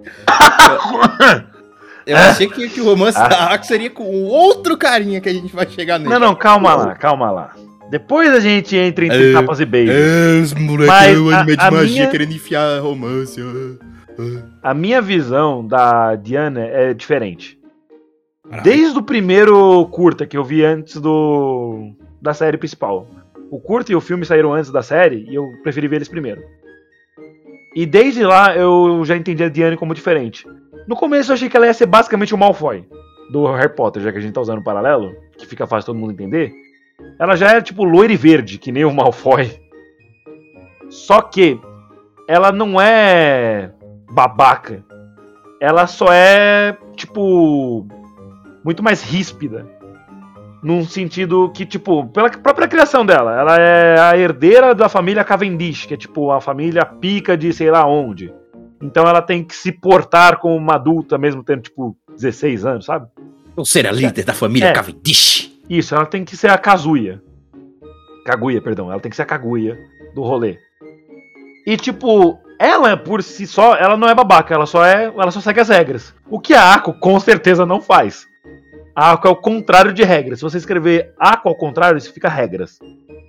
Eu achei que, que o romance Ah. da Ako seria com o outro carinha que a gente vai chegar nele. Não, não, calma lá, calma lá. Depois a gente entra entre É, tapas e beijos. É, os moleques Mas o anime a- de a magia minha- querendo enfiar romance. ah, ah. A minha visão da Diana é diferente. Caralho. Desde o primeiro curta que eu vi antes do da série principal. O curta e o filme saíram antes da série e eu preferi ver eles primeiro. E desde lá eu já entendi a Diana como diferente. No começo eu achei que ela ia ser basicamente o Malfoy do Harry Potter, já que a gente tá usando o paralelo, que fica fácil todo mundo entender. Ela já é tipo loira e verde, que nem o Malfoy. Só que ela não é babaca. Ela só é, tipo, muito mais ríspida. Num sentido que, tipo, pela própria criação dela, ela é a herdeira da família Cavendish, que é, tipo, a família pica de sei lá onde. Então ela tem que se portar como uma adulta, mesmo tendo, tipo, dezesseis anos, sabe? Ou ser a líder da família É. Cavendish. Isso, ela tem que ser a Kazuya. Kaguya, perdão. Ela tem que ser a Kaguya do rolê. E, tipo, ela, por si só, ela não é babaca. Ela só é. Ela só segue as regras. O que a Ako, com certeza, não faz. A Ako é o contrário de regras. Se você escrever Ako ao contrário, isso fica regras.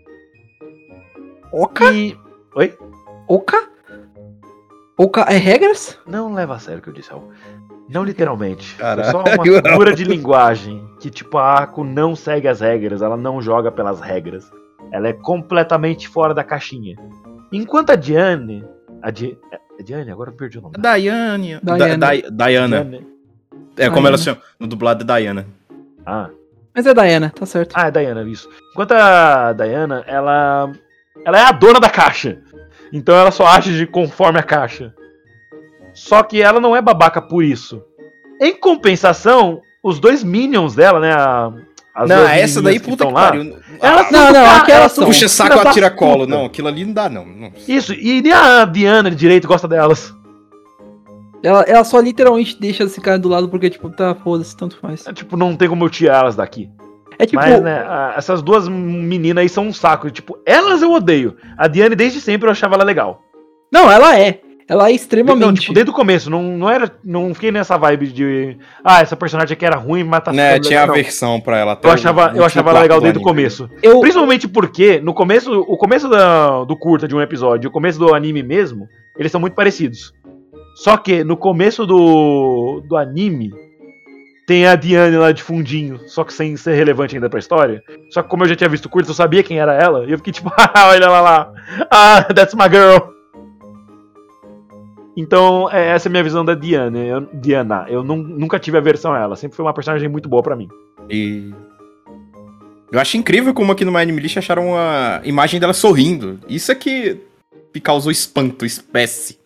Oka? E... Oi? Oka? Oka é regras? Não leva a sério o que eu disse, Raul. Não literalmente. Caralho, É só uma figura de linguagem. Que, tipo, a Ako não segue as regras. Ela não joga pelas regras. Ela é completamente fora da caixinha. Enquanto a Diane... A Di... é Diane? Agora eu perdi o nome. Daiane. Diana. Da, da, Diana. Diane. É como Diana. ela chama. No dublado é Diana. Ah. Mas é Diana, tá certo. Ah, é Diana, isso. Enquanto a Diana, ela... Ela é a dona da caixa. Então ela só age de conforme a caixa. Só que ela não é babaca por isso. Em compensação, os dois minions dela, né? A, as Não, duas essa daí, menininhas puta que estão lá, pariu. Elas Não, são não, do cara, aquelas elas são são- Puxa saco, filhas da atira colo. puta. Não, aquilo ali não dá, não. não. Isso, e nem a Diana de direito gosta delas. Ela, ela só literalmente deixa esse cara do lado porque, tipo, tá, foda-se, tanto faz. É, tipo, não tem como eu tirar elas daqui. É tipo, Mas, né, a- essas duas meninas aí são um saco. Tipo, elas eu odeio. A Diane, desde sempre, eu achava ela legal. não, ela é. Ela é Não, extremamente. tipo, desde o começo. Não, não, era, não fiquei nessa vibe de... Ah, essa personagem aqui era ruim, mas tá Né, ficando tinha legal. Não. aversão pra ela. até Eu o achava, eu último achava ela quarto legal do desde o anime. começo. Eu, Principalmente porque, no começo, o começo da- do curta de um episódio e o começo do anime mesmo, eles são muito parecidos. Só que no começo do, do anime, tem a Diane lá de fundinho, só que sem ser relevante ainda pra história. Só que como eu já tinha visto o curta, eu sabia quem era ela, e eu fiquei tipo, ah, olha lá lá, ah, that's my girl. Então, é, essa é a minha visão da Diane, eu, Diana. Eu nun- nunca tive aversão a ela, sempre foi uma personagem muito boa pra mim. E... Eu acho incrível como aqui no My Anime List acharam a imagem dela sorrindo. Isso é que me causou espanto, espécie.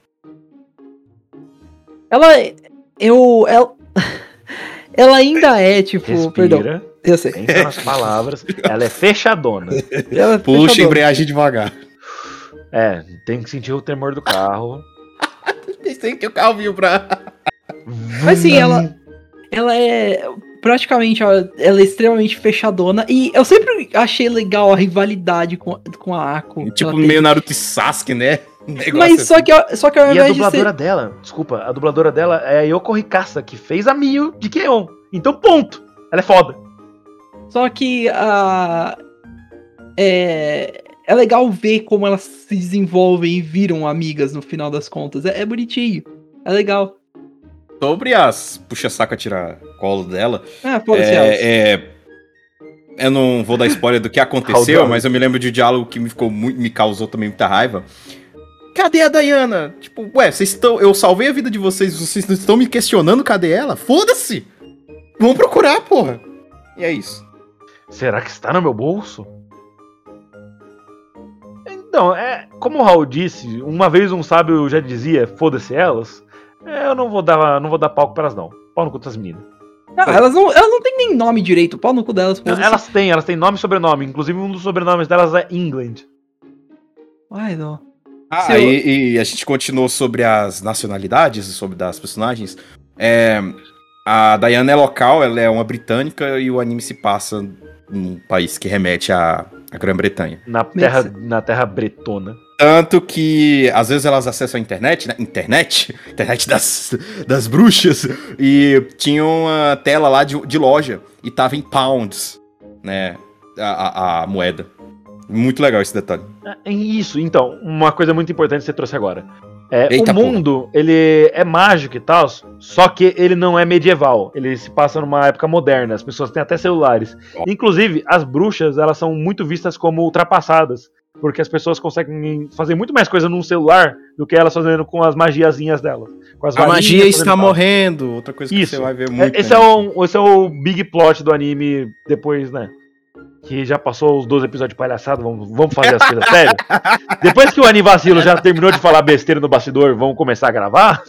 ela. Eu. Ela, ela ainda é, tipo. Perdão. Respira, Eu sei. pensa nas palavras, ela é fechadona. Ela é Puxa a fechadona. embreagem devagar. É, tem que sentir o tremor do carro. Pensei que o carro viu pra... Mas sim, ela. Ela é. Praticamente, ela, ela é extremamente fechadona. E eu sempre achei legal a rivalidade com, com a Ako. Tipo Ela tem- meio Naruto e Sasuke, né? Um negócio Mas só assim. que, só que ao E a invés de dubladora ser. dela, desculpa, a dubladora dela é a Yoko Hikasa, que fez a Miyu de Keon. Então, ponto. Ela é foda. Só que a. É. É legal ver como elas se desenvolvem e viram amigas no final das contas. É, é bonitinho. É legal. Sobre as puxa-saco a tirar colo dela, Ah, foda-se elas. é, é... Eu não vou dar spoiler do que aconteceu, How dare. mas eu me lembro de um diálogo que me, ficou muito, me causou também muita raiva. Cadê a Diana? Tipo, ué, vocês estão... Eu salvei a vida de vocês, vocês não estão me questionando cadê ela? Foda-se! Vamos procurar, porra! E é isso. Será que está no meu bolso? Então, é, como o Raul disse, uma vez um sábio já dizia, foda-se elas, é, eu não vou dar, não vou dar palco para elas não. Pau no cu das meninas. Não, elas, não, elas não têm nem nome direito. Pau no cu delas. Não, foda-se. elas têm, elas têm nome e sobrenome. Inclusive um dos sobrenomes delas é England. Ai, não. Ah, Se eu- e, e a gente continuou sobre as nacionalidades, sobre das personagens. É, a Diana é local, ela é uma britânica e o anime se passa num país que remete à, à Grã-Bretanha. Na terra, na terra bretona. Tanto que às vezes elas acessam a internet, né? Internet? Internet das, das bruxas. E tinha uma tela lá de, de loja e tava em pounds, né? A, a, a moeda. Muito legal esse detalhe. É isso, então, uma coisa muito importante que você trouxe agora. É, Eita, o mundo, ele é mágico e tal, só que ele não é medieval. Ele se passa numa época moderna, as pessoas têm até celulares. Ó. Inclusive, as bruxas, elas são muito vistas como ultrapassadas, porque as pessoas conseguem fazer muito mais coisa num celular do que elas fazendo com as magiazinhas delas. Com as A varinhas, magia fazendo está tal. morrendo. Outra coisa que Isso. você vai ver É, muito. esse, né? é o, esse é o big plot do anime depois, né? Que já passou os doze episódios de palhaçada, vamos, vamos fazer as coisas sérias. Depois que o Anivacilo já terminou de falar besteira no bastidor, vamos começar a gravar?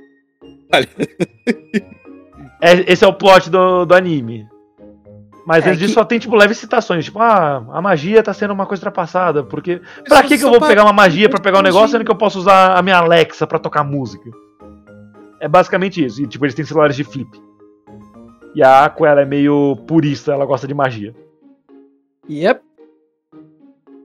É, esse é o plot do, do anime. Mas É antes disso que- só tem, tipo, leves citações. Tipo, ah, a magia tá sendo uma coisa ultrapassada. Porque. Pra só- que, que só eu vou pra- pegar uma magia pra pegar um negócio explodir. sendo que eu posso usar a minha Alexa pra tocar música? É basicamente isso. E, tipo, eles têm celulares de flip. E a Aqua, ela é meio purista, ela gosta de magia. Yep.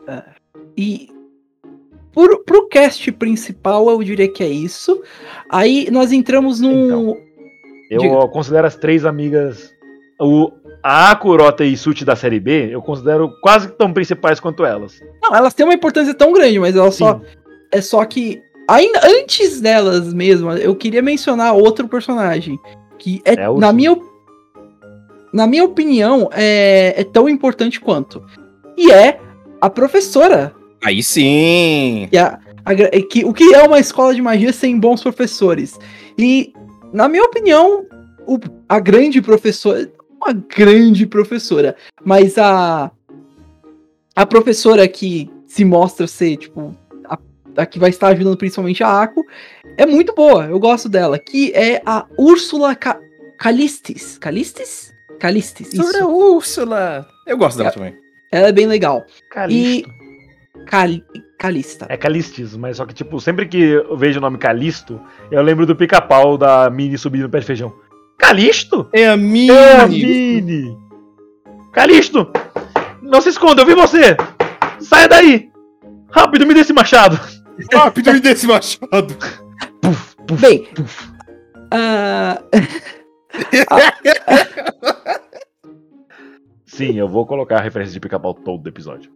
E por, pro cast principal, eu diria que é isso. Aí nós entramos num... Eu Diga. considero as três amigas... O, a Aku, Rota e Suti da série B, eu considero quase tão principais quanto elas. Não, elas têm uma importância tão grande, mas elas Sim. só... É só que, ainda antes delas mesmo, eu queria mencionar outro personagem. Que, é, É a na, Úrsula. minha, na minha opinião, é, é tão importante quanto. E é a professora. Aí sim! Que a, a, que, o que é uma escola de magia sem bons professores? E, na minha opinião, o, a grande professora... Uma grande professora. Mas a... A professora que se mostra ser, tipo... A, a que vai estar ajudando principalmente a Ako... É muito boa, eu gosto dela. Que é a Úrsula Ca, Calistis. Calistis? Calistis, Sobre a isso. Úrsula! Eu gosto dela É. também. Ela é bem legal. Calisto. Cali, Calista. É Calistis, mas só que, tipo, sempre que eu vejo o nome Calisto, eu lembro do pica-pau da Mini subindo no pé de feijão. Calisto? É a minha! É a Mini! Calisto! Não se esconda, eu vi você! Saia daí! Rápido, me dê esse machado! Rápido, me dê esse machado! Bem... ah, Sim, eu vou colocar a referência de pica-pau todo o episódio.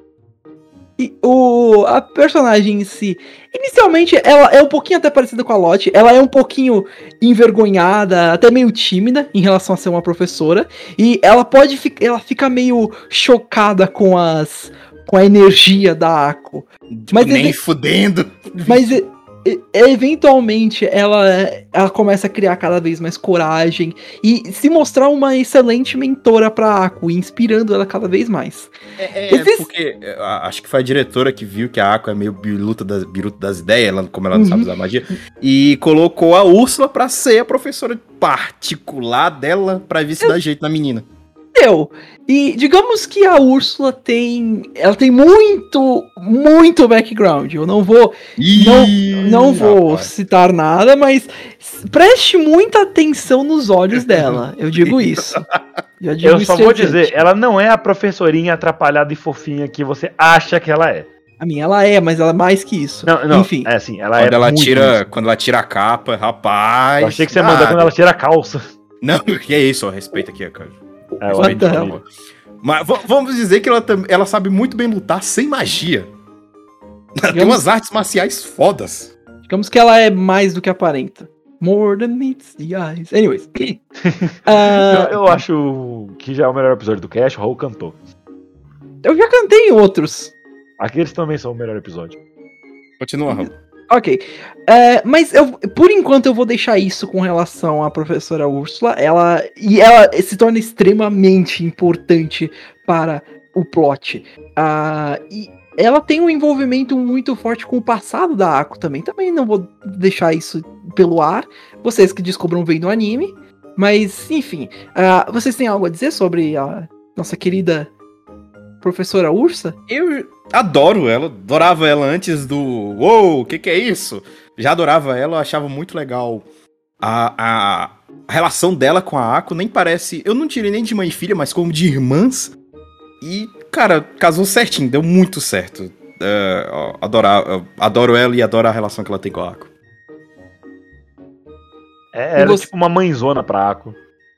E o, a personagem em si, inicialmente ela é um pouquinho até parecida com a Lottie, ela é um pouquinho envergonhada, até meio tímida em relação a ser uma professora, e ela pode ficar, ela fica meio chocada com as com a energia da Ako. Mas Nem ele- fudendo! Mas e- e- eventualmente ela, ela começa a criar cada vez mais coragem e se mostrar uma excelente mentora pra Ako, inspirando ela cada vez mais. É, é Esses- porque é, a- acho que foi a diretora que viu que a Ako é meio biruta das, biruta das ideias, ela, como ela não Uhum. sabe usar magia, e colocou a Úrsula pra ser a professora particular dela pra ver se dá jeito na menina. Deu. E digamos que a Úrsula tem. Ela tem muito, muito background. Eu não vou. Não, Ih, não vou rapaz. citar nada, mas s- preste muita atenção nos olhos dela. Eu digo isso. Já digo Eu isso só vou adiante. dizer, ela não é a professorinha atrapalhada e fofinha que você acha que ela é. A minha ela é, mas ela é mais que isso. Não, não, Enfim. é assim, ela Quando é ela, muito tira, isso. quando ela tira a capa, rapaz. Eu achei que você ia ah, mandar quando ela tira a calça. Não, que é isso, ó, respeita aqui, cara. É, Respeita, What the por hell? favor. Mas v- vamos dizer que ela, tam- ela sabe muito bem lutar sem magia. Ela tem Digamos- umas artes marciais fodas. Digamos que ela é mais do que aparenta. More than meets the eyes. Anyways. Ah, eu, eu acho que já é o melhor episódio do Cast, o Raul cantou. eu já cantei em outros. Aqueles também são o melhor episódio. Continua, Raul. Ok. É, mas eu, por enquanto eu vou deixar isso com relação à professora Úrsula. Ela, e ela se torna extremamente importante para o plot. Ah, e ela tem um envolvimento muito forte com o passado da Ako também. Também não vou deixar isso pelo ar. Vocês que descobram vendo o anime. Mas, enfim. ah, vocês têm algo a dizer sobre a nossa querida professora Ursa? Eu adoro ela, adorava ela antes do Uou, o que que é isso? Já adorava ela, eu achava muito legal a, a, a relação dela com a Ako, nem parece, eu não tirei nem de mãe e filha, mas como de irmãs, e, cara, casou certinho, deu muito certo. É, ó, adorar, eu adoro ela e adoro a relação que ela tem com a Ako. É, era você- tipo uma mãezona pra Ako.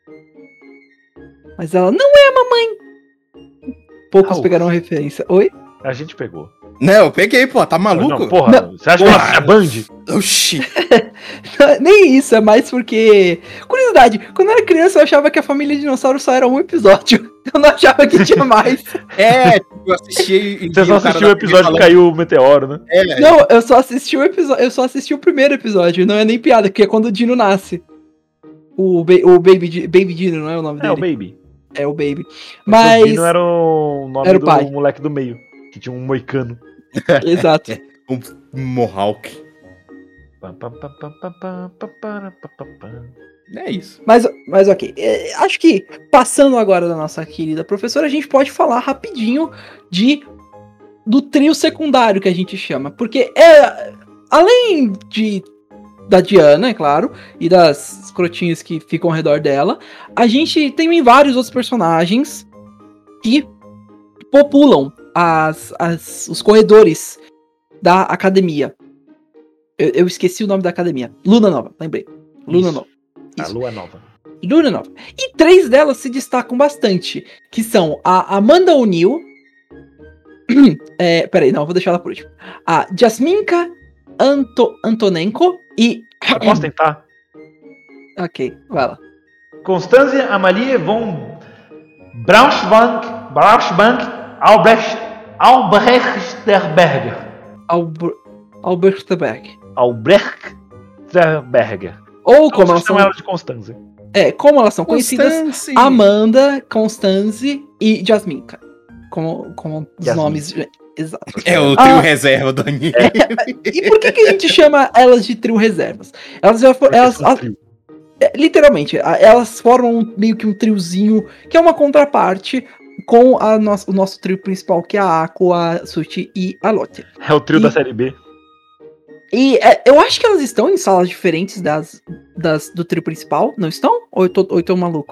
Mas ela não é a mamãe. Poucos Au. pegaram a referência. Oi? A gente pegou. Não, eu peguei, pô, tá maluco? Não, porra, Não. você acha Porra. que ela é Band? Oxi. Nem isso, é mais porque. Curiosidade, quando eu era criança eu achava que a família dinossauro só era um episódio. Eu não achava que tinha mais. É, eu assisti e... Você só assistiu o episódio que caiu o meteoro, né? É, Não, eu só assisti o episódio. Eu só assisti o primeiro episódio, não é nem piada, que é quando o Dino nasce. O, ba o Baby, Di- Baby Dino, não é o nome É, o dele? Baby. É o Baby. Mas... Mas. O Dino era o nome Era o do pai. moleque do meio, que tinha um moicano. Exato. um Mohawk. Pam, pam, pam, pam, pam, pam, pam, pam, pam, pam. É isso. Mas, mas ok, é, acho que passando agora da nossa querida professora, a gente pode falar rapidinho de do trio secundário que a gente chama. Porque é, além de da Diana, é claro, e das escrotinhas que ficam ao redor dela, a gente tem vários outros personagens que populam as, as, os corredores da academia. Eu, eu esqueci o nome da academia. Luna Nova, lembrei. Luna Isso. Nova. A Isso. lua nova. Luna Nova. E três delas se destacam bastante, que são a Amanda O'Neill. é, peraí, não, vou deixar ela por último. A Jasminka Anto, Antonenko e... Eu posso tentar? Ok, vai lá. Constanze Amalie von Braunschweig, Braunschweig Albrecht, Albrechtsberger. Albr Albertberg. Albrechtsberger. Ou como Vamos elas são... chamar ela de Constanze. É, como elas são conhecidas... Constance. Amanda, Constanze e Jasminka. Como, como os Jasmine. nomes... Exato. É o trio Ah. reserva do anime. E por que, que a gente chama elas de trio reservas? Elas já foram... Porque Elas, são as- trio. é, literalmente, a- elas formam um- meio que um triozinho, que é uma contraparte com a nosso, o nosso trio principal, que é a Ako, a Suchi e a Lotte. É o trio E- da série B. E é, eu acho que elas estão em salas diferentes das, das do trio principal, não estão? Ou eu tô, ou eu tô maluco?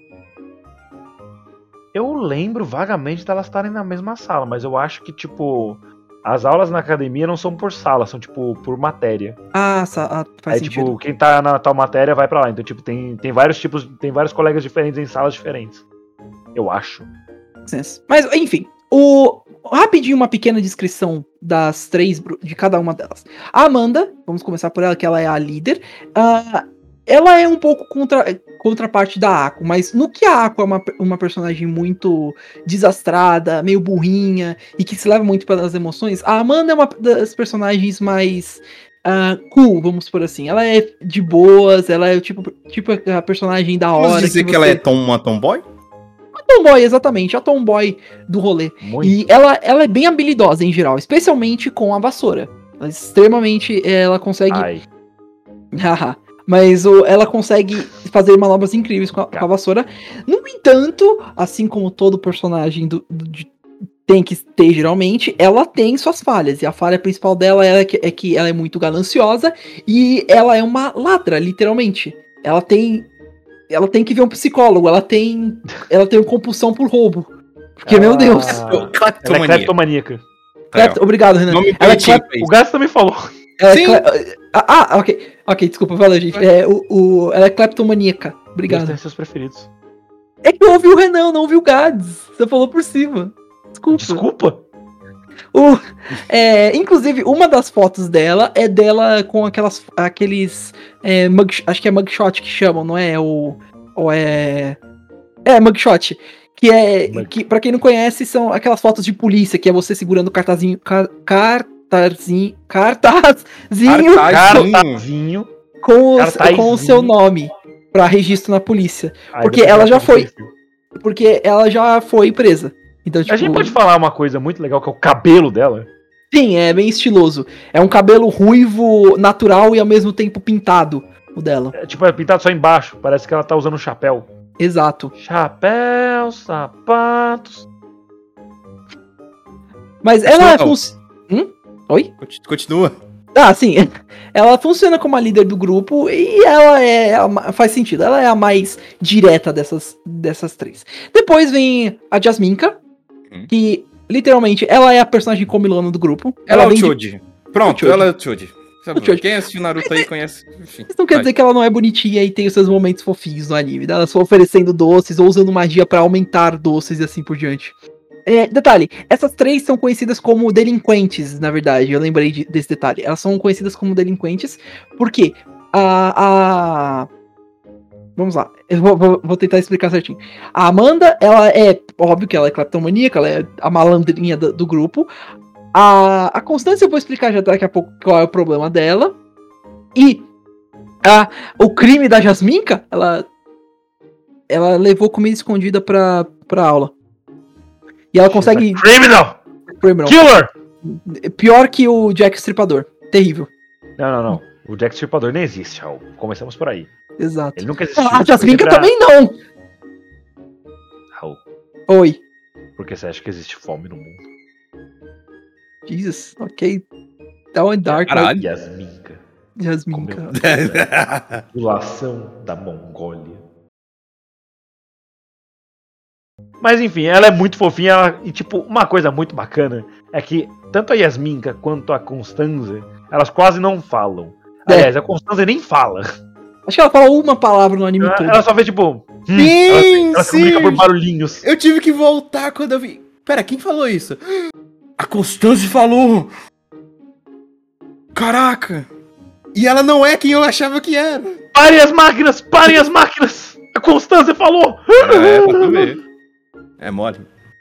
Eu lembro vagamente delas estarem na mesma sala, mas eu acho que, tipo, as aulas na academia não são por sala, são, tipo, por matéria. Ah, sa- ah, faz Aí, sentido. tipo, quem tá na tal matéria vai pra lá. Então, tipo, tem, tem vários tipos, tem vários colegas diferentes em salas diferentes. Eu acho. Sense. Mas, enfim, o rapidinho uma pequena descrição das três, bru- de cada uma delas. A Amanda, vamos começar por ela, que ela é a líder. ah, ela é um pouco contra, contraparte da Ako, mas no que a Ako é uma, uma personagem muito desastrada, meio burrinha, e que se leva muito pelas emoções, a Amanda é uma das personagens mais ah, cool, vamos por assim. Ela é de boas, ela é o tipo, tipo a personagem da hora. Vamos dizer que, ela você- é tom, uma tomboy? Tomboy, exatamente, a tomboy do rolê. Muito. E ela, ela é bem habilidosa em geral, especialmente com a vassoura. Ela é extremamente. Ela consegue. Ai, Haha. Mas o, ela consegue fazer manobras incríveis com a, com a vassoura. No entanto, assim como todo personagem do, do- de- tem que ter geralmente, ela tem suas falhas. E a falha principal dela é que, é que ela é muito gananciosa e ela é uma ladra, literalmente. Ela tem. Ela tem que ver um psicólogo, ela tem. Ela tem compulsão por roubo. Porque, meu Ah. Deus. ela é Cleptomania. cleptomaníaca. Clepto- Obrigado, Renan. Nome Ela é bonitinho clep- pra O isso. Gato também falou. ela é Sim. cle- Ah, ah, ok. Ok, desculpa, valeu, gente. É, o, o- ela é cleptomaníaca. Eles Obrigado. têm seus preferidos. É que eu ouvi o Renan, eu não ouvi o Gads. Você falou por cima. Desculpa. Desculpa. O- é, inclusive, uma das fotos dela é dela com aquelas, aqueles. É, mug, acho que é mugshot que chamam, não é? Ou, ou é. É, mugshot. Que é. Mug. Que, pra quem não conhece, são aquelas fotos de polícia, que é você segurando o cartazinho. Car, cartazinho. Cartazinho Cartaz. Cartazinho. com, o- cartazinho. com o seu nome pra registro na polícia. Ai, Porque depois ela eu já acho foi. perfil. Porque ela já foi presa. Então, tipo, A gente pode falar uma coisa muito legal, que é o cabelo dela. sim, é bem estiloso. É um cabelo ruivo, natural e ao mesmo tempo pintado, o dela. É, tipo, é pintado só embaixo. Parece que ela tá usando um chapéu. Exato. Chapéu, sapatos. Mas ela Não. func... Hum? Oi? Conti- Continua. Ah, sim. Ela funciona como a líder do grupo e ela é. a ma- faz sentido. Ela é a mais direta dessas, dessas três. Depois vem a Jasminka, Uhum. que literalmente ela é a personagem comilona do grupo. Ela é o vem de- Choji. Pronto, O Choji. ela é o Choji. Sabe, O Choji. Quem assistiu Naruto aí conhece. Enfim, Isso não quer vai. dizer que ela não é bonitinha e tem os seus momentos fofinhos no anime. Ela só oferecendo doces ou usando magia pra aumentar doces e assim por diante. É, detalhe, essas três são conhecidas como delinquentes, na verdade. Eu lembrei de- desse detalhe. Elas são conhecidas como delinquentes porque a. a... Vamos lá, eu vou, vou- vou tentar explicar certinho. A Amanda, ela é. Óbvio que ela é cleptomaníaca, ela é a malandrinha do, do grupo. A, a Constância eu vou explicar já daqui a pouco qual é o problema dela. E a, o crime da Jasminka, ela. Ela levou comida escondida pra, pra aula. E ela consegue. Criminal! Criminal. Killer! Pior que o Jack Stripador. Terrível. Não, não, não. O Jack Stripador nem existe, Raul. Começamos por aí. Exato. Ele nunca existiu. A Jasminka Foi sempre também não! a- Raul, Oi. por que você acha que existe fome no mundo? Jesus, ok. Down and dark. Caralho. Yasminka. Jasminka. Comeu. População da Mongólia. Mas enfim, ela é muito fofinha. Ela, e tipo, uma coisa muito bacana é que tanto a Yasminka quanto a Constanze, elas quase não falam. É. Aliás, a Constanze nem fala. Acho que ela fala uma palavra no anime Ela, todo. ela só vê tipo. Hum, Sim, ela, se- ela se sim. comunica por barulhinhos. Eu tive que voltar quando eu vi. Pera, quem falou isso? A Constance falou! Caraca! E ela não é quem eu achava que era! Parem as máquinas! Parem as máquinas! A Constanze falou! É, pra tu ver. É mole.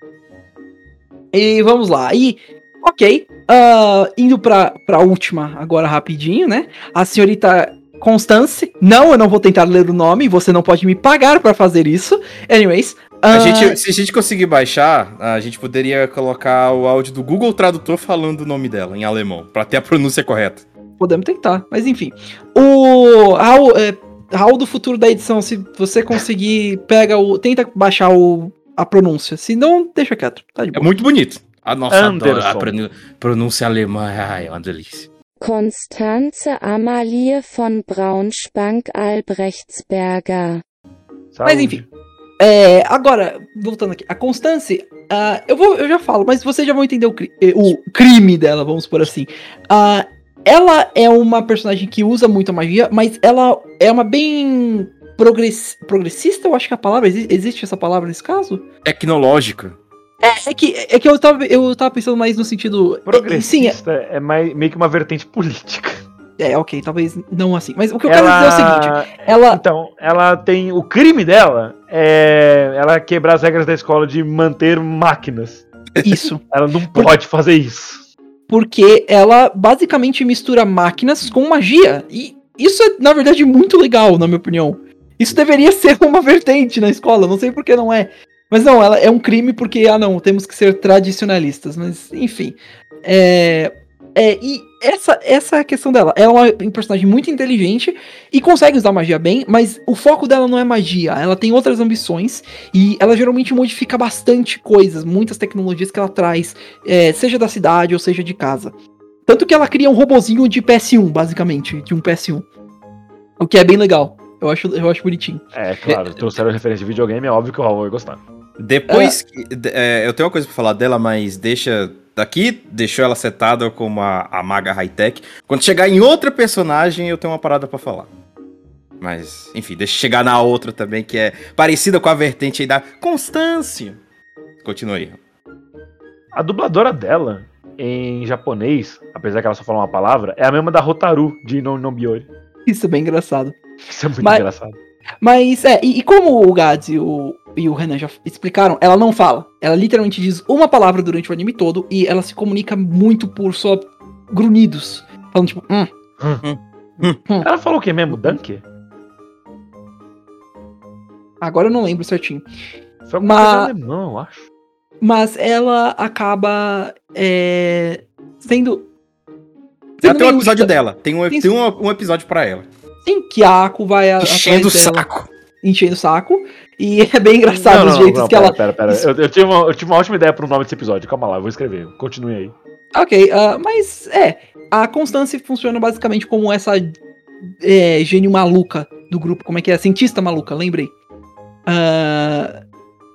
E vamos lá. E, ok. ah, indo pra, pra última, agora rapidinho, né? A senhorita Constance. Não, eu não vou tentar ler o nome. Você não pode me pagar pra fazer isso. Anyways. A ah, gente, se a gente conseguir baixar, a gente poderia colocar o áudio do Google Tradutor falando o nome dela em alemão, pra ter a pronúncia correta. Podemos tentar, mas enfim. O Raul, é, Raul do futuro da edição, se você conseguir, pega o. Tenta baixar o, a pronúncia. Se não, deixa quieto. Tá de É boa. muito bonito. A nossa Anderson. adora a pronu- pronúncia alemã. Ai, é uma delícia. Constanze Amalie von Braunschwank-Albrechtsberger. Mas enfim. É, agora, voltando aqui. A Constance, ah, eu, vou, eu já falo, mas vocês já vão entender o, cri- eh, o crime dela, vamos por assim. Ah, ela é uma personagem que usa muito a magia, mas ela é uma bem progress, progressista, eu acho que a palavra. exi- Existe essa palavra nesse caso? Tecnológica. É, é que, é que eu, tava, eu tava pensando mais no sentido. Progressista é, mais, meio que uma vertente política. Sim, é, é, ok, talvez não assim. Mas o que eu quero dizer é o seguinte: ela. Então, ela tem. O crime dela é ela quebrar as regras da escola de manter máquinas. Isso. Ela não pode fazer isso. Porque ela basicamente mistura máquinas com magia. E isso é, na verdade, muito legal, na minha opinião. Isso deveria ser uma vertente na escola, não sei por que não é. Mas não, ela é um crime porque, ah não, temos que ser tradicionalistas. Mas, enfim. É. É, e essa, essa é a questão dela. Ela é uma personagem muito inteligente e consegue usar magia bem, mas o foco dela não é magia. Ela tem outras ambições e ela geralmente modifica bastante coisas, muitas tecnologias que ela traz, é, seja da cidade ou seja de casa. Tanto que ela cria um robozinho de P S um, basicamente, de um P S um. O que é bem legal. Eu acho, eu acho bonitinho. É, claro, trouxeram referência de videogame, é óbvio que o Raul vai gostar. Depois, que- de- é, eu tenho uma coisa pra falar dela, mas deixa daqui, deixou ela setada como a, a maga high-tech. Quando chegar em outra personagem, eu tenho uma parada pra falar. Mas, enfim, deixa eu chegar na outra também, que é parecida com a vertente aí da Constância. Continua aí. A dubladora dela, em japonês, apesar que ela só fala uma palavra, é a mesma da Hotaru, de No Nobiyori. Isso é bem engraçado. Isso é muito Mas- engraçado. Mas, é, e, e como o Gads e o, e o Renan já explicaram, ela não fala. Ela literalmente diz uma palavra durante o anime todo e ela se comunica muito por só grunhidos. Falando tipo, hum, Ela falou o que mesmo? Dunk? agora eu não lembro certinho. Foi alguma Mas- coisa alemão, eu acho. Mas ela acaba é, sendo. Já sendo tem um meio- episódio dela. Tem um, Tem- tem um, um episódio pra ela. Sim, que a Ako vai a, Enchendo o atrás dela, saco. enchendo o saco. E é bem engraçado Não, os não, jeitos não, que pera, ela. Pera, pera, Eu, eu, tive uma, eu tive uma ótima ideia pro nome desse episódio. Calma lá, eu vou escrever. Continue aí. Ok, ah, mas é. A Constance funciona basicamente como essa é, gênio maluca do grupo. Como é que é? Cientista maluca, lembrei. Ah,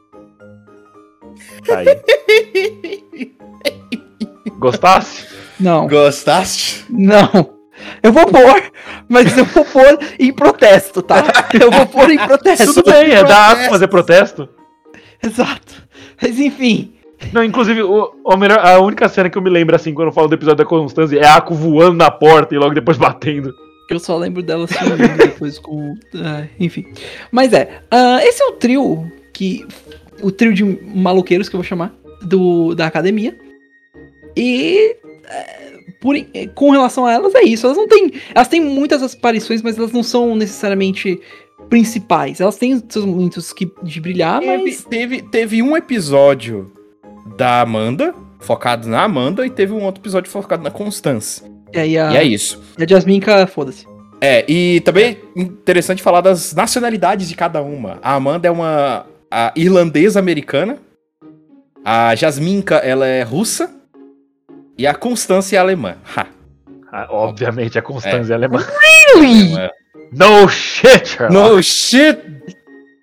Tá aí. Gostasse? não, Gostaste? não. Eu vou pôr, mas eu vou pôr em protesto, tá? Eu vou pôr em protesto. Tudo bem, é da protesto. Ako fazer protesto. Exato. Mas enfim. Não, inclusive, o, o melhor, a única cena que eu me lembro, assim, quando eu falo do episódio da Constância, é a Ako voando na porta e logo depois batendo. Eu só lembro dela sumindo depois com. ah, enfim. Mas é. ah, esse é o trio que. O trio de maloqueiros que eu vou chamar. Do, da academia. E. é, por, com relação a elas, é isso. Elas não têm. Elas têm muitas aparições, mas elas não são necessariamente principais. Elas têm seus momentos que, de brilhar, Teve, mas. teve, teve um episódio da Amanda, focado na Amanda, e teve um outro episódio focado na Constância. E aí a, E é isso. e a Jasminka, foda-se. É, e também é interessante falar das nacionalidades de cada uma. A Amanda é uma a irlandesa americana. A Jasminka, ela é russa. E a Constância é alemã. Ha. Ah, obviamente, a Constância é alemã. Really? Ela- No shit, Sherlock. No shit!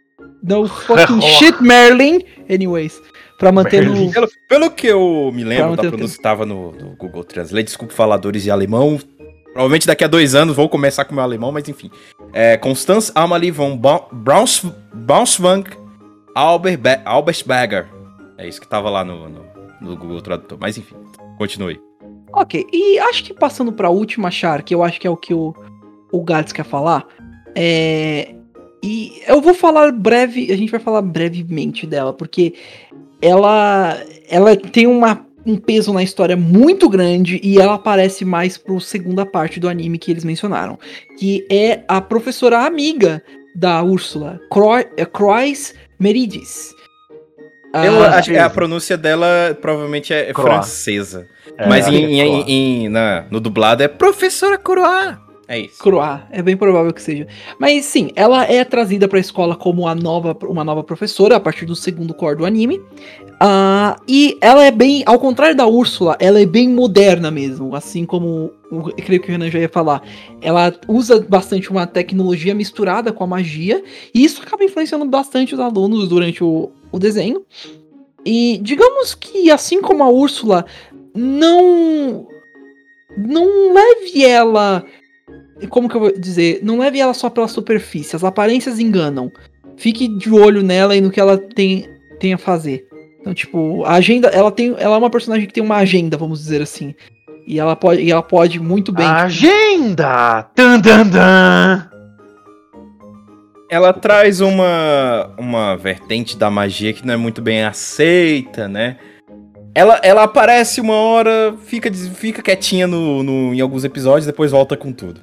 No fucking shit, Merlin. Anyways, pra manter no... Pelo, pelo que eu me lembro Pra da pronúncia que tava no, no Google Translate, desculpe faladores de alemão, provavelmente daqui a dois anos vou começar com o meu alemão, mas enfim. É Constance Amalie von ba- Braunsch- Braunschweig Alberbe- Albersberger. É isso que tava lá no, no, no Google Tradutor, mas enfim, continue. Ok, e acho que passando pra última, Char, que eu acho que é o que o, o Gats quer falar, é... E eu vou falar breve, a gente vai falar brevemente dela, porque ela, ela tem uma, um peso na história muito grande e ela aparece mais pro segunda parte do anime que eles mencionaram, que é a professora amiga da Úrsula, Croix Meridius. Eu Ah, acho que a pronúncia dela provavelmente é Croix. francesa. É, mas acho em, que é em- Croix. em- na- no dublado é Professora Croix. É isso. Croix, é bem provável que seja. Mas sim, ela é trazida pra escola como a nova, uma nova professora a partir do segundo core do anime. Ah, e ela é bem, ao contrário da Úrsula, ela é bem moderna mesmo. Assim como eu creio que o Renan já ia falar. Ela usa bastante uma tecnologia misturada com a magia. E isso acaba influenciando bastante os alunos durante o, o desenho. E digamos que, assim como a Úrsula, não. Não leve ela. Como que eu vou dizer? Não leve ela só pela superfície. As aparências enganam. Fique de olho nela e no que ela tem, tem a fazer. Então, tipo, a agenda. Ela, tem, ela é uma personagem que tem uma agenda, vamos dizer assim. E ela pode, e ela pode muito bem. tipo, Agenda! Tan, tan, tan. Ela traz uma, uma vertente da magia que não é muito bem aceita, né? Ela, ela aparece uma hora, fica, des- fica quietinha no, no- em alguns episódios, depois volta com tudo.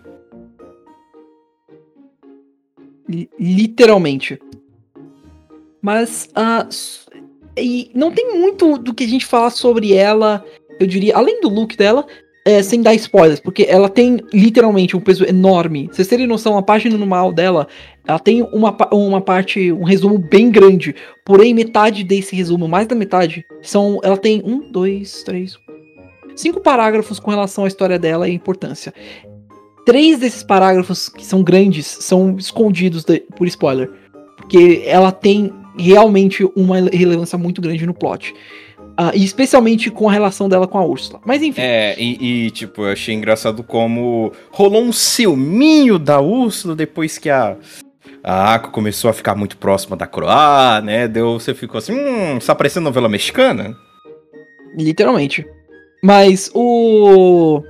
li- literalmente. Mas. ah, s- e não tem muito do que a gente falar sobre ela, eu diria, além do look dela. É, sem dar spoilers, porque ela tem literalmente um peso enorme. Vocês terem noção, a página normal dela, ela tem uma, pa- uma parte, um resumo bem grande. Porém, metade desse resumo, mais da metade, são. Ela tem um, dois, três, cinco parágrafos com relação à história dela e a importância. Três desses parágrafos, que são grandes, são escondidos de- por spoiler. Porque ela tem realmente uma relevância muito grande no plot. Ah, e especialmente com a relação dela com a Úrsula. Mas enfim. É, e, e, tipo, eu achei engraçado como rolou um ciúminho da Úrsula depois que a, a Ako começou a ficar muito próxima da Croix, né? Deu, você ficou assim, hum, está parecendo novela mexicana? Literalmente. Mas o.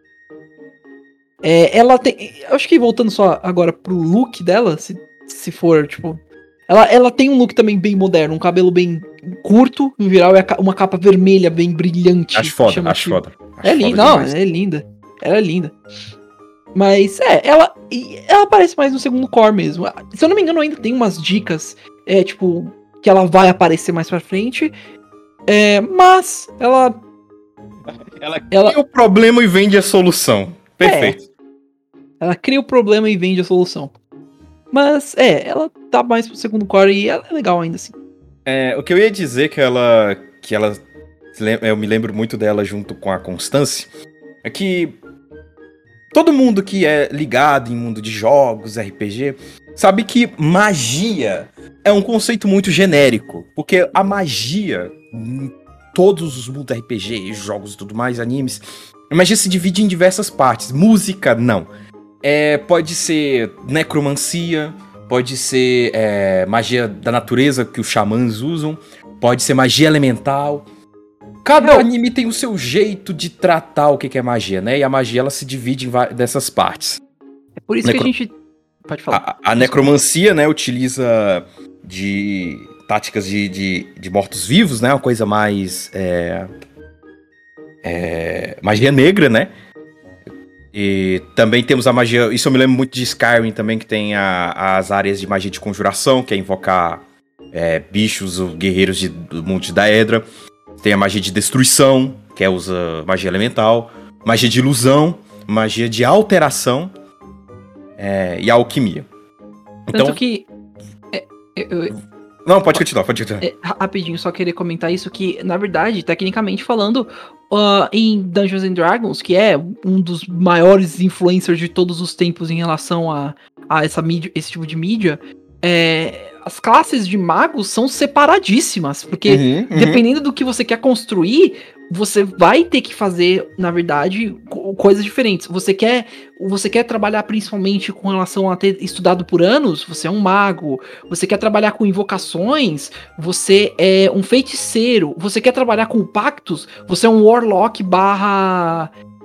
É, ela tem. Eu acho que voltando só agora pro look dela, se, se for, tipo. Ela, ela tem um look também bem moderno, um cabelo bem curto, em geral, e a ca- uma capa vermelha bem brilhante. Acho foda, acho chamativo. foda. Acho É linda, foda não, demais. é linda. Ela é linda. Mas é, ela, e ela aparece mais no segundo core mesmo. Se eu não me engano, ainda tem umas dicas, é, tipo, que ela vai aparecer mais pra frente. É, mas ela. Ela ela- cria o problema e vende a solução. Perfeito. Ela cria o problema e vende a solução. Mas é, ela tá mais pro segundo core e ela é legal ainda assim. É, o que eu ia dizer que ela. que ela. Eu me lembro muito dela junto com a Constance. É que. Todo mundo que é ligado em mundo de jogos, R P G, sabe que magia é um conceito muito genérico. Porque a magia, em todos os mundos R P G, jogos e tudo mais, animes, a magia se divide em diversas partes. Música, não. É, pode ser necromancia, pode ser é, magia da natureza que os xamãs usam, pode ser magia elemental. Cada Não. anime tem o seu jeito de tratar o que que é magia, né? E a magia ela se divide em va- dessas partes. É por isso Necro- que a gente. Pode falar. A, a necromancia, né, utiliza de táticas de, de, de mortos-vivos, né? Uma coisa mais. É, é, magia negra, né? E também temos a magia. Isso eu me lembro muito de Skyrim também, que tem a- as áreas de magia de conjuração, que é invocar é, bichos ou guerreiros de, do mundo de Daedra. Tem a magia de destruição, que é usa magia elemental. Magia de ilusão, magia de alteração é, e a alquimia. Então, Tanto que. é, eu- eu- não, pode continuar, pode continuar. é, ra- rapidinho, só queria comentar isso: que, na verdade, tecnicamente falando, ah, em Dungeons and Dragons, que é um dos maiores influencers de todos os tempos em relação a, a essa mídia, esse tipo de mídia, é, as classes de magos são separadíssimas, porque Uhum, uhum. dependendo do que você quer construir, você vai ter que fazer, na verdade, co- coisas diferentes. Você quer, você quer trabalhar principalmente com relação a ter estudado por anos, você é um mago. Você quer trabalhar com invocações, você é um feiticeiro. Você quer trabalhar com pactos, você é um warlock barra...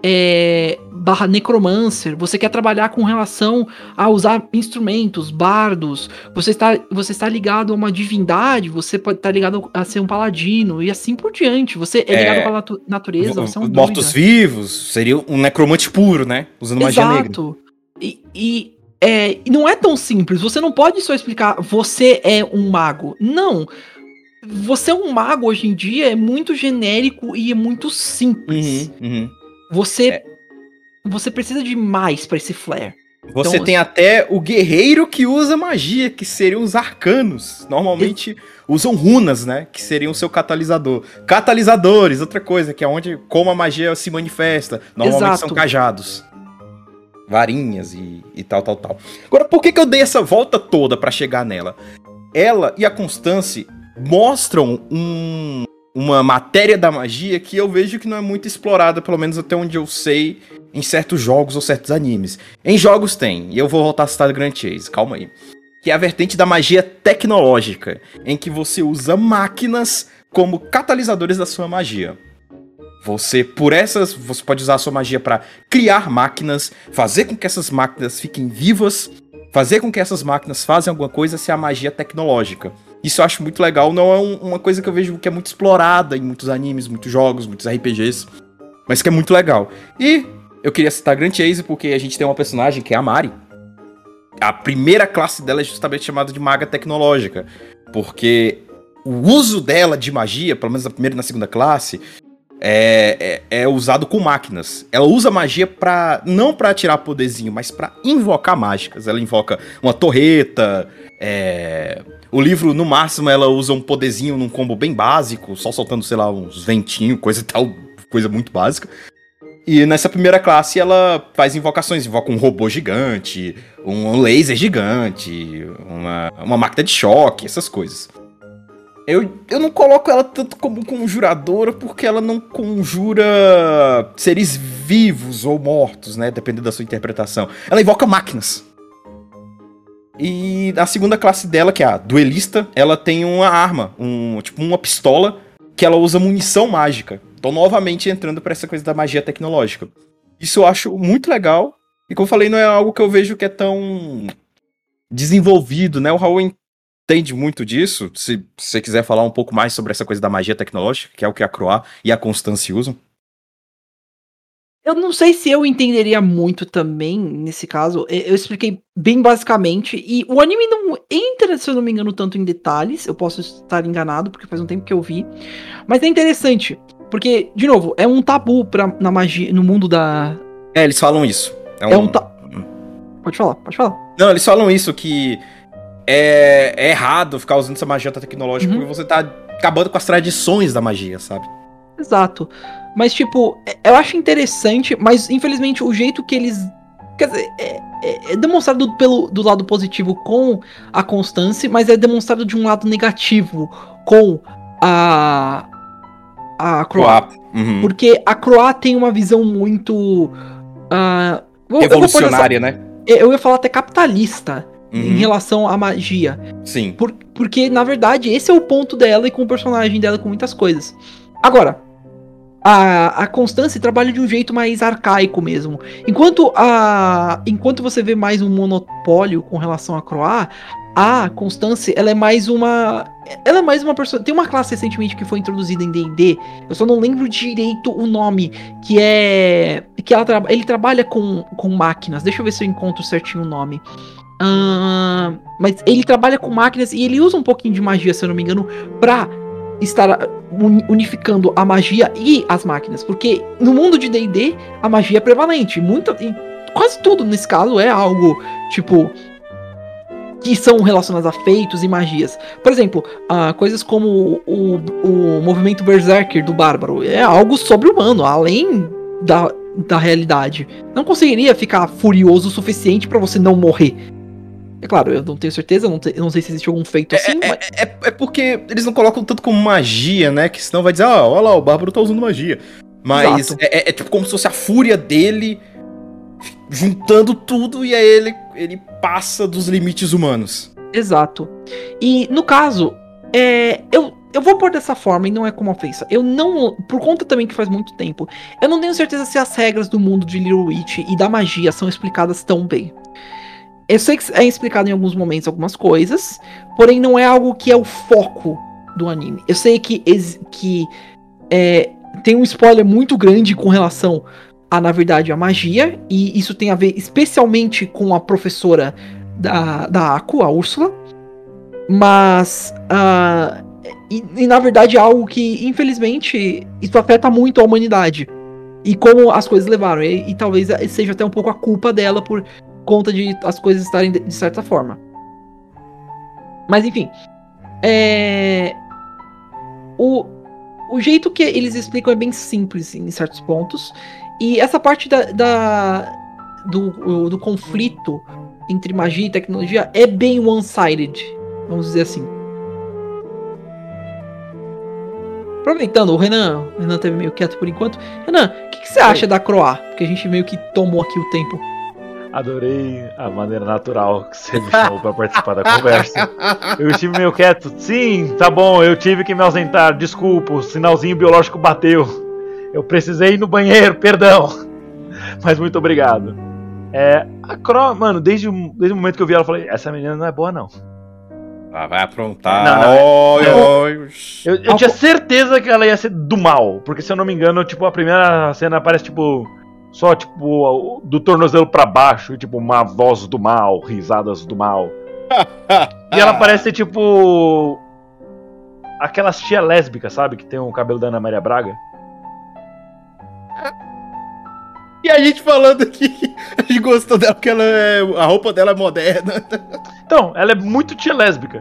É, barra necromancer. Você quer trabalhar com relação a usar instrumentos, bardos. Você está, você está ligado a uma divindade. Você pode estar ligado a ser um paladino e assim por diante. Você é ligado É, com a natu- natureza. Você é um druida. Mortos-vivos seria um necromante puro, né? Usando magia negra. Exato. E, e, é, e não é tão simples. Você não pode só explicar você é um mago. Não. Você é um mago hoje em dia é muito genérico e é muito simples. Uhum, uhum. Você, É. você precisa de mais pra esse flare. Você Então, tem até o guerreiro que usa magia, que seriam os arcanos. Normalmente usam runas, né? Que seriam o seu catalisador. Catalisadores, outra coisa, que é onde como a magia se manifesta. Normalmente Exato. são cajados. Varinhas e, e tal, tal, tal. Agora, por que, que eu dei essa volta toda pra chegar nela? Ela e a Constance mostram um, uma matéria da magia que eu vejo que não é muito explorada, pelo menos até onde eu sei, em certos jogos ou certos animes. Em jogos tem, e eu vou voltar a citar Grand Chase, calma aí. Que é a vertente da magia tecnológica, em que você usa máquinas como catalisadores da sua magia. Você, por essas, você pode usar a sua magia para criar máquinas, fazer com que essas máquinas fiquem vivas, fazer com que essas máquinas façam alguma coisa se a magia tecnológica. Isso eu acho muito legal, não é um, uma coisa que eu vejo que é muito explorada em muitos animes, muitos jogos, muitos R P Gs, mas que é muito legal. E eu queria citar Grand Chase porque a gente tem uma personagem que é a Mari. A primeira classe dela é justamente chamada de maga tecnológica, porque o uso dela de magia, pelo menos na primeira e na segunda classe, é, é, é usado com máquinas. Ela usa magia pra, não pra tirar poderzinho, mas pra invocar mágicas. Ela invoca uma torreta, é... o livro, no máximo, ela usa um poderzinho num combo bem básico, só soltando, sei lá, uns ventinhos, coisa e tal, coisa muito básica. E nessa primeira classe ela faz invocações, invoca um robô gigante, um laser gigante, uma, uma máquina de choque, essas coisas. Eu, eu não coloco ela tanto como conjuradora porque ela não conjura seres vivos ou mortos, né? Dependendo da sua interpretação. Ela invoca máquinas. E a segunda classe dela, que é a duelista, ela tem uma arma, um, tipo uma pistola, que ela usa munição mágica. Então, novamente, entrando pra essa coisa da magia tecnológica. Isso eu acho muito legal. E como eu falei, não é algo que eu vejo que é tão desenvolvido, né? O Raul entende muito disso. Se você quiser falar um pouco mais sobre essa coisa da magia tecnológica, que é o que a Croix e a Constance usam. Eu não sei se eu entenderia muito também, nesse caso. Eu expliquei bem basicamente. E o anime não entra, se eu não me engano, tanto em detalhes. Eu posso estar enganado, porque faz um tempo que eu vi. Mas é interessante. Porque, de novo, é um tabu pra, na magia, no mundo da... É, eles falam isso. É um, É um ta... Pode falar, pode falar. Não, eles falam isso, que é, é errado ficar usando essa magia tecnológica, Uhum. porque você tá acabando com as tradições da magia, sabe? Exato. Mas, tipo, eu acho interessante, mas infelizmente o jeito que eles... Quer dizer, é, é, é demonstrado pelo, do lado positivo com a Constance, mas é demonstrado de um lado negativo com a... A Croix. Uhum. Porque a Croix tem uma visão muito... Uh, Revolucionária, né? Eu ia falar até capitalista Uhum. em relação à magia. Sim. Por, porque, na verdade, esse é o ponto dela e com o personagem dela com muitas coisas. Agora, a, a Constance trabalha de um jeito mais arcaico mesmo. Enquanto, a, enquanto você vê mais um monopólio com relação à Croix, a Constance, ela é mais uma... Ela é mais uma pessoa... Tem uma classe recentemente que foi introduzida em D e D, eu só não lembro direito o nome, que é... que ela tra... ele trabalha com, com máquinas. Deixa eu ver se eu encontro certinho o nome. Uh, mas ele trabalha com máquinas e ele usa um pouquinho de magia, se eu não me engano, pra estar unificando a magia e as máquinas. Porque no mundo de D e D, a magia é prevalente. Muita, quase tudo nesse caso é algo, tipo... que são relacionadas a feitos e magias. Por exemplo, uh, coisas como o, o movimento Berserker do Bárbaro. É algo sobre-humano, além da, da realidade. Não conseguiria ficar furioso o suficiente pra você não morrer. É claro, eu não tenho certeza, não, te, eu não sei se existe algum feito É, assim, é, mas... é, é porque eles não colocam tanto como magia, né? Que senão vai dizer, ah, olha lá, o Bárbaro tá usando magia. Mas é, é, é tipo como se fosse a fúria dele juntando tudo e aí ele, ele passa dos limites humanos. Exato. E, no caso, é, eu, eu vou pôr dessa forma e não é como ofensa. Eu não, por conta também que faz muito tempo, eu não tenho certeza se as regras do mundo de Little Witch e da magia são explicadas tão bem. Eu sei que é explicado em alguns momentos algumas coisas, porém não é algo que é o foco do anime. Eu sei que, que é, tem um spoiler muito grande com relação a, na verdade, a magia, e isso tem a ver especialmente com a professora da, da Ako, a Úrsula, mas uh, e, e na verdade é algo que, infelizmente, isso afeta muito a humanidade, e como as coisas levaram, e, e talvez seja até um pouco a culpa dela por conta de as coisas estarem de, de certa forma. Mas enfim, é... o, o jeito que eles explicam é bem simples em certos pontos, e essa parte da, da do, do conflito entre magia e tecnologia é bem one-sided, vamos dizer assim. Aproveitando, o Renan, o Renan teve meio quieto por enquanto. Renan, o que, que você acha da Croá? Porque a gente meio que tomou aqui o tempo. Adorei a maneira natural que você me chamou pra participar da conversa. Eu estive meio quieto. Sim, tá bom, eu tive que me ausentar. Desculpa, o sinalzinho biológico bateu. Eu precisei ir no banheiro, perdão. Mas muito obrigado. É, a Cro, mano, desde, desde o momento que eu vi ela, eu falei, essa menina não é boa, não. Ah, vai aprontar. Não, não, oi, oi. Eu, eu tinha certeza que ela ia ser do mal. Porque se eu não me engano, tipo, a primeira cena parece, tipo... Só, tipo, do tornozelo pra baixo, e, tipo, uma voz do mal, risadas do mal. E ela parece, tipo... Aquelas tia lésbicas, sabe? Que tem o cabelo da Ana Maria Braga. E a gente falando aqui, a gente gostou dela porque ela é, a roupa dela é moderna. Então, ela é muito tia lésbica.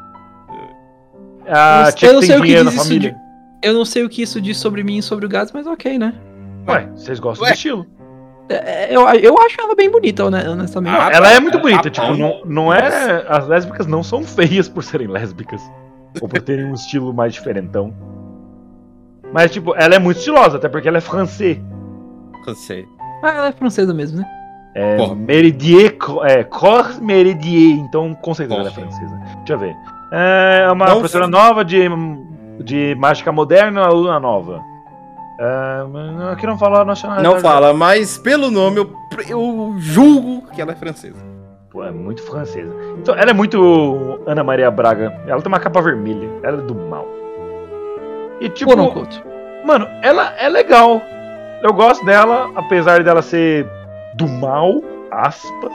A eu tia não que sei tem o que dinheiro diz na isso família. de, eu não sei o que isso diz sobre mim e sobre o Gats, mas ok, né? Ué, vocês gostam Ué? do estilo. É, eu, eu acho ela bem bonita, né, honestamente. Ah, Ela tá, é muito tá, bonita, tá tipo, bom. não, não é. As lésbicas não são feias por serem lésbicas. Ou por terem um estilo mais diferentão. Mas, tipo, ela é muito estilosa, até porque ela é francês. Cansei. Ah, ela é francesa mesmo, né? É Porra. Meridier, é, Corps Meridier, então com certeza ela é Porra. francesa. Deixa eu ver. É uma Não professora f- nova de, de mágica moderna, aluna nova. É, aqui não fala nacionalidade. Não fala, mas pelo nome eu, eu julgo que ela é francesa. Pô, é muito francesa. Então, ela é muito Ana Maria Braga. Ela tem uma capa vermelha. Ela é do mal. E tipo, Por um conto. mano, ela é legal. Eu gosto dela, apesar dela ser do mal, aspas.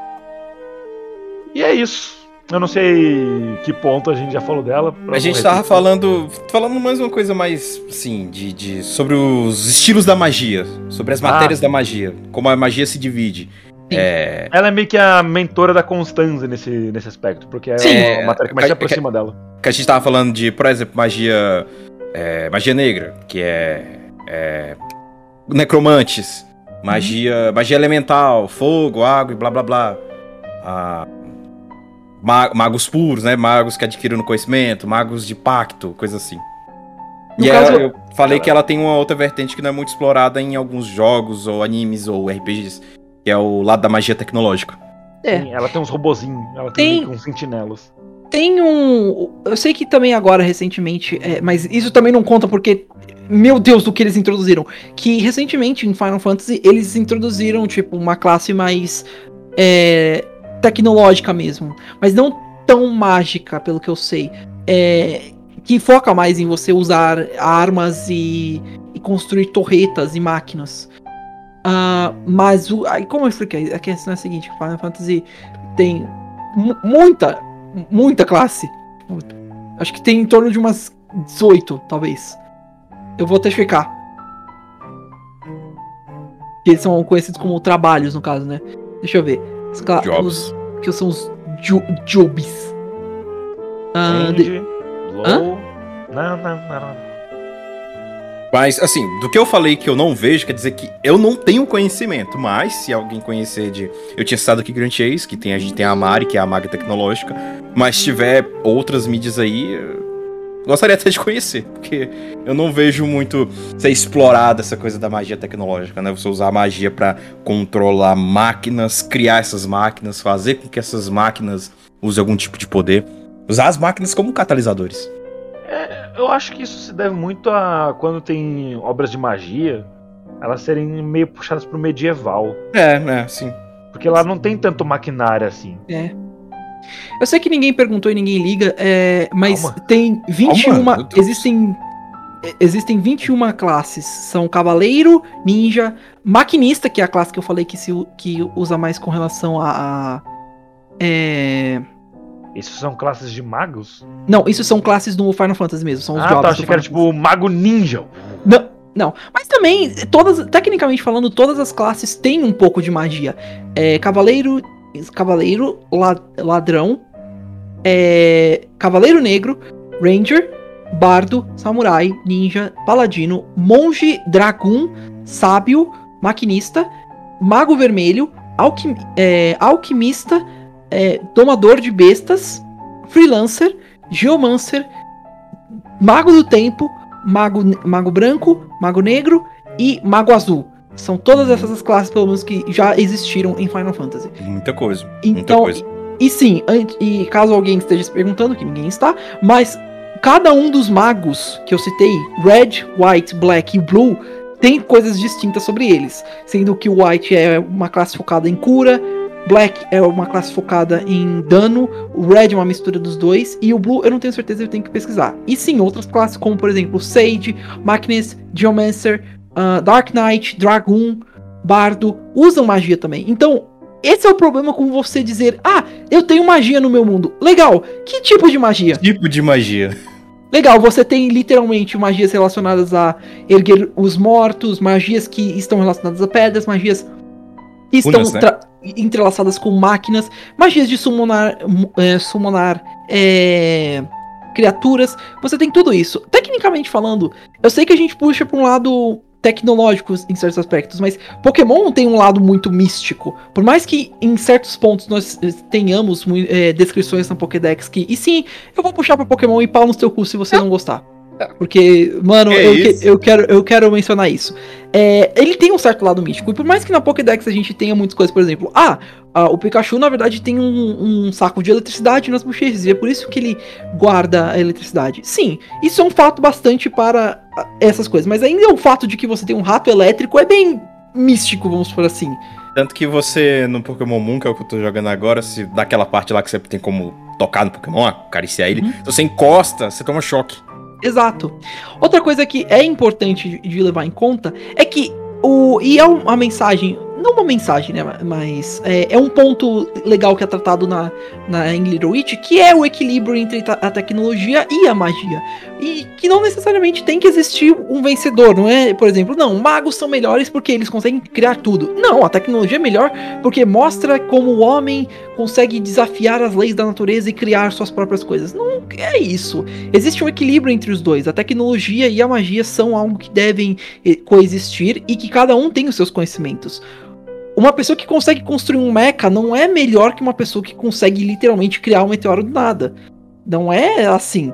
E é isso. Eu não sei que ponto a gente já falou dela. pra A gente não tava repetir. falando, falando mais uma coisa mais, assim, de, de sobre os estilos da magia, sobre as Ah. matérias da magia, como a magia se divide. É, Ela é meio que a mentora da Constanza nesse, nesse aspecto, porque é Sim. uma matéria que mais se É, que- aproxima dela. que a gente tava falando de, por exemplo, magia, é, magia negra, que é, é necromantes, magia, magia elemental, fogo, água e blá blá blá. Ah, ma- magos puros, né? Magos que adquiriram conhecimento, magos de pacto, coisa assim. No e caso- ela- eu falei que ela tem uma outra vertente que não é muito explorada em alguns jogos ou animes ou R P Gs, que é o lado da magia tecnológica. É. Sim, ela tem uns robozinhos, ela tem, Tem- meio que uns sentinelas. Tem um. Eu sei que também agora, recentemente, é, mas isso também não conta porque. Meu Deus, do que eles introduziram. Que recentemente em Final Fantasy eles introduziram, tipo, uma classe mais. É, tecnológica mesmo. Mas não tão mágica, pelo que eu sei. É, que foca mais em você usar armas e, e construir torretas e máquinas. Ah, mas o. Aí, como eu expliquei? A questão é a seguinte: Final Fantasy tem mu- muita. Muita classe. Acho que tem em torno de umas dezoito, talvez. Eu vou até checar. Que eles são conhecidos como trabalhos, no caso, né? Deixa eu ver. Os cla- Jobs. Os, que são os jo jobs. Ah, de- Range, low. Não, não, não, não. Mas, assim, do que eu falei que eu não vejo, quer dizer que eu não tenho conhecimento. Mas, se alguém conhecer de... Eu tinha citado aqui Grand Chase, que tem, a gente tem a Mari, que é a maga tecnológica. Mas se tiver outras mídias aí, eu gostaria até de conhecer. Porque eu não vejo muito ser explorada essa coisa da magia tecnológica, né? Você usar a magia pra controlar máquinas, criar essas máquinas, fazer com que essas máquinas usem algum tipo de poder. Usar as máquinas como catalisadores. É, eu acho que isso se deve muito a quando tem obras de magia, elas serem meio puxadas pro medieval. É, né, sim. Porque lá não tem tanto maquinário assim. É. Eu sei que ninguém perguntou e ninguém liga, é, mas Calma. tem vinte e um. Calma, meu Deus. Existem. Existem vinte e uma classes. São Cavaleiro, Ninja, Maquinista, que é a classe que eu falei que, se, que usa mais com relação a. a é... Isso são classes de magos? Não, isso são classes do Final Fantasy mesmo. São os Ah, jobs tá, do achei que era Final Fantasy. tipo mago ninja. Não, não. Mas também, todas, tecnicamente falando, todas as classes têm um pouco de magia. É, Cavaleiro, Cavaleiro, la- Ladrão, é, Cavaleiro Negro, Ranger, Bardo, Samurai, Ninja, Paladino, Monge, Dragão, Sábio, Maquinista, Mago Vermelho, alquim, é, Alquimista, é, Domador de Bestas, Freelancer, Geomancer, Mago do Tempo, Mago, Mago Branco, Mago Negro e Mago Azul. São todas essas as classes, pelo menos, que já existiram em Final Fantasy. Muita coisa. Muita Então, coisa. e sim, ant- e caso alguém esteja se perguntando, que ninguém está, mas cada um dos magos que eu citei, Red, White, Black e Blue, tem coisas distintas sobre eles. Sendo que o White é uma classe focada em cura, Black é uma classe focada em dano, o Red é uma mistura dos dois, e o Blue eu não tenho certeza, eu tenho que pesquisar. E sim, outras classes como, por exemplo, Sage, Machinist, Geomancer, uh, Dark Knight, Dragoon, Bardo, usam magia também. Então, esse é o problema com você dizer, ah, eu tenho magia no meu mundo. Legal, que tipo de magia? Tipo de magia. Legal, você tem literalmente magias relacionadas a erguer os mortos, magias que estão relacionadas a pedras, magias que estão Runas, né? tra- entrelaçadas com máquinas, magias de summonar, é, summonar é, criaturas. Você tem tudo isso. Tecnicamente falando, eu sei que a gente puxa para um lado tecnológico em certos aspectos, mas Pokémon tem um lado muito místico. Por mais que em certos pontos nós tenhamos é, descrições na Pokédex que, e sim, eu vou puxar para Pokémon e pau no seu cu se você não gostar. Porque, mano, Que eu, isso? que- eu, quero, eu quero mencionar isso. É, ele tem um certo lado místico. E por mais que na Pokédex a gente tenha muitas coisas, por exemplo, ah, ah, o Pikachu na verdade tem um, um saco de eletricidade nas bochechas, e é por isso que ele guarda a eletricidade. Sim, isso é um fato bastante para ah, essas coisas. Mas ainda é o fato de que você tem um rato elétrico é bem místico, vamos por assim. Tanto que você, no Pokémon Moon, que é o que eu tô jogando agora, se daquela parte lá que você tem como tocar no Pokémon, acariciar ele, Uhum. se você encosta, você toma choque. Exato. Outra coisa que é importante de- de levar em conta é que o. E é uma mensagem. Não uma mensagem, né? Mas é, é um ponto legal que é tratado na, na em Little Witch, que é o equilíbrio entre ta- a tecnologia e a magia. E que não necessariamente tem que existir um vencedor, não é? Por exemplo, não, magos são melhores porque eles conseguem criar tudo. Não, a tecnologia é melhor porque mostra como o homem consegue desafiar as leis da natureza e criar suas próprias coisas. Não é isso. Existe um equilíbrio entre os dois. A tecnologia e a magia são algo que devem eh, coexistir e que cada um tem os seus conhecimentos. Uma pessoa que consegue construir um mecha não é melhor que uma pessoa que consegue literalmente criar um meteoro do nada. Não é assim.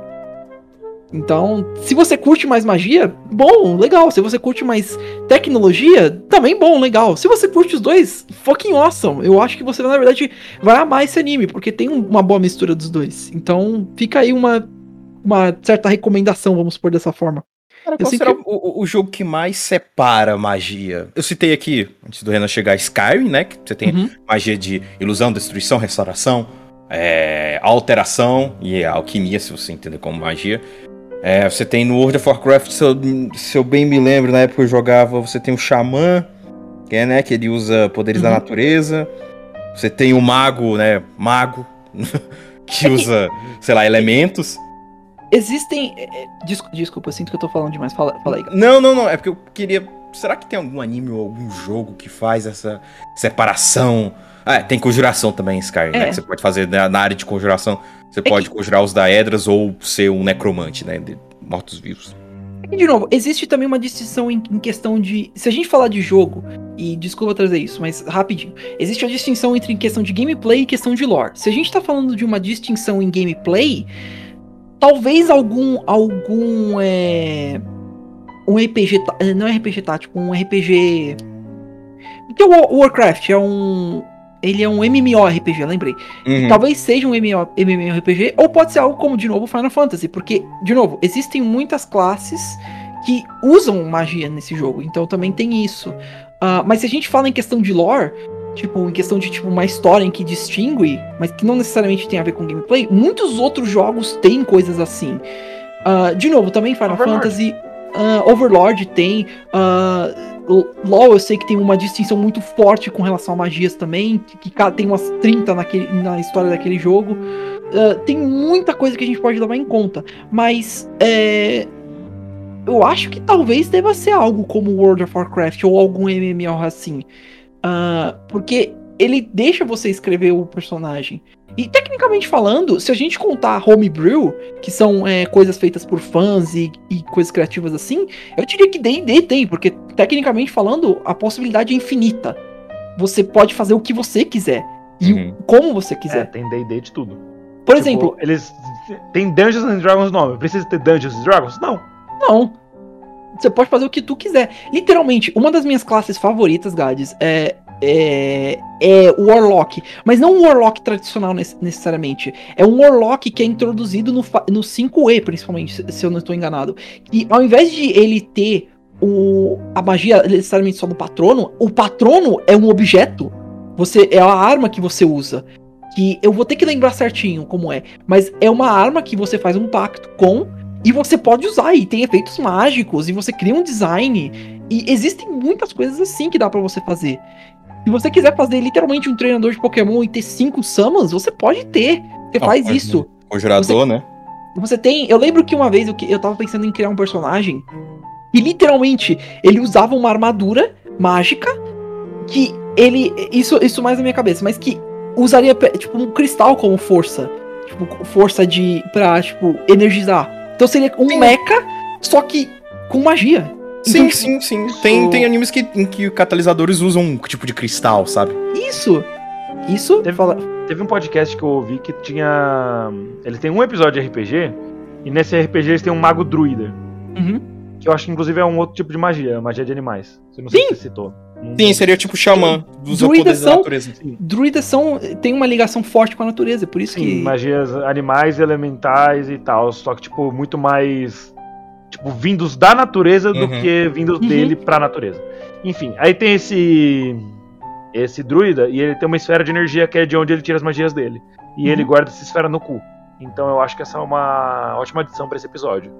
Então, se você curte mais magia, bom, legal. Se você curte mais tecnologia, também bom, legal. Se você curte os dois, fucking awesome. Eu acho que você, na verdade, vai amar esse anime, porque tem um- uma boa mistura dos dois. Então, fica aí uma, uma certa recomendação, vamos pôr dessa forma. Cara, Eu qual sei será que- o, o- o jogo que mais separa magia? Eu citei aqui, antes do Renan chegar, Skyrim, né? Que você tem Uhum. magia de ilusão, destruição, restauração, é, alteração e alquimia, se você entender como magia. É, você tem no World of Warcraft, se eu, se eu bem me lembro, na época que eu jogava, você tem o Xamã, que é, né, que ele usa poderes Uhum. da natureza. Você tem o Mago, né, Mago, que É que- usa, sei lá, elementos. Existem. é, é, des- desculpa, eu sinto que eu tô falando demais. Fala, fala aí, cara. Não, não, não, é porque eu queria... Será que tem algum anime ou algum jogo que faz essa separação? Ah, é, tem conjuração também em Skyrim, né? É. Que você pode fazer na na área de conjuração. Você pode que- conjurar os daedras ou ser um necromante, né? De mortos-vivos. E, de novo, existe também uma distinção em, em questão de... Se a gente falar de jogo, e desculpa trazer isso, mas rapidinho. Existe uma distinção entre em questão de gameplay e questão de lore. Se a gente tá falando de uma distinção em gameplay, talvez algum... algum é, um R P G... Não é R P G tático, um R P G... Porque o Warcraft é um... Ele é um MMORPG, lembrei. Uhum. Talvez seja um MMORPG, ou pode ser algo como, de novo, Final Fantasy. Porque, de novo, existem muitas classes que usam magia nesse jogo. Então também tem isso. Uh, mas se a gente fala em questão de lore, tipo, em questão de tipo, uma história em que distingue, mas que não necessariamente tem a ver com gameplay, muitos outros jogos têm coisas assim. Uh, de novo, também Final Overlord. Fantasy, uh, Overlord tem... Uh, LoL eu sei que tem uma distinção muito forte com relação a magias também, que cada tem umas trinta naquele, na história daquele jogo. Uh, tem muita coisa que a gente pode levar em conta, mas é, eu acho que talvez deva ser algo como World of Warcraft ou algum M M O assim, uh, porque ele deixa você escrever o personagem. E tecnicamente falando, se a gente contar homebrew, que são é, coisas feitas por fãs e, e coisas criativas assim, eu diria que D e D tem, porque tecnicamente falando, a possibilidade é infinita. Você pode fazer o que você quiser, e Uhum. como você É, quiser. tem D e D de tudo. Por Tipo, exemplo, eles tem Dungeons and Dragons nome. Precisa ter Dungeons and Dragons? Não. não. Você pode fazer o que tu quiser. Literalmente, uma das minhas classes favoritas, Gades, é... É, é o Warlock, mas não um Warlock tradicional necessariamente. É um Warlock que é introduzido no, no cinco E, principalmente, se, se eu não estou enganado. E ao invés de ele ter o, a magia necessariamente só do patrono, o patrono é um objeto. Você, é a arma que você usa. Que eu vou ter que lembrar certinho como é. Mas é uma arma que você faz um pacto com e você pode usar. E tem efeitos mágicos. E você cria um design. E existem muitas coisas assim que dá pra você fazer. Se você quiser fazer literalmente um treinador de Pokémon e ter cinco summons, você pode ter. Você Não, faz pode, isso. né? Conjurador, Você- né? Você tem... Eu lembro que uma vez eu, eu tava pensando em criar um personagem e literalmente ele usava uma armadura mágica que ele... Isso, isso mais na minha cabeça, mas que usaria tipo um cristal como força. Tipo, força de... pra, tipo, energizar. Então seria um Sim. mecha, só que com magia. Sim, Então, sim, sim. Tem, isso- tem animes que, em que catalisadores usam um tipo de cristal, sabe? Isso. Isso... Teve- Fala... Teve um podcast que eu ouvi que tinha. Ele tem um episódio de R P G, e nesse R P G eles têm um mago druida. Uhum. Que eu acho que inclusive é um outro tipo de magia, magia de animais. Eu não sei Sim. se você citou. Não- Sim, seria tipo xamã, dos Druidas poderes da são- natureza. Druidas são, tem uma ligação forte com a natureza, por isso Sim, que... magias animais, elementais e tal. Só que, tipo, muito mais. Tipo, vindos da natureza do Uhum. que vindos Uhum. dele pra natureza. Enfim, aí tem esse. Esse druida, e ele tem uma esfera de energia que é de onde ele tira as magias dele. E ele guarda essa esfera no cu. Então eu acho que essa é uma ótima adição pra esse episódio.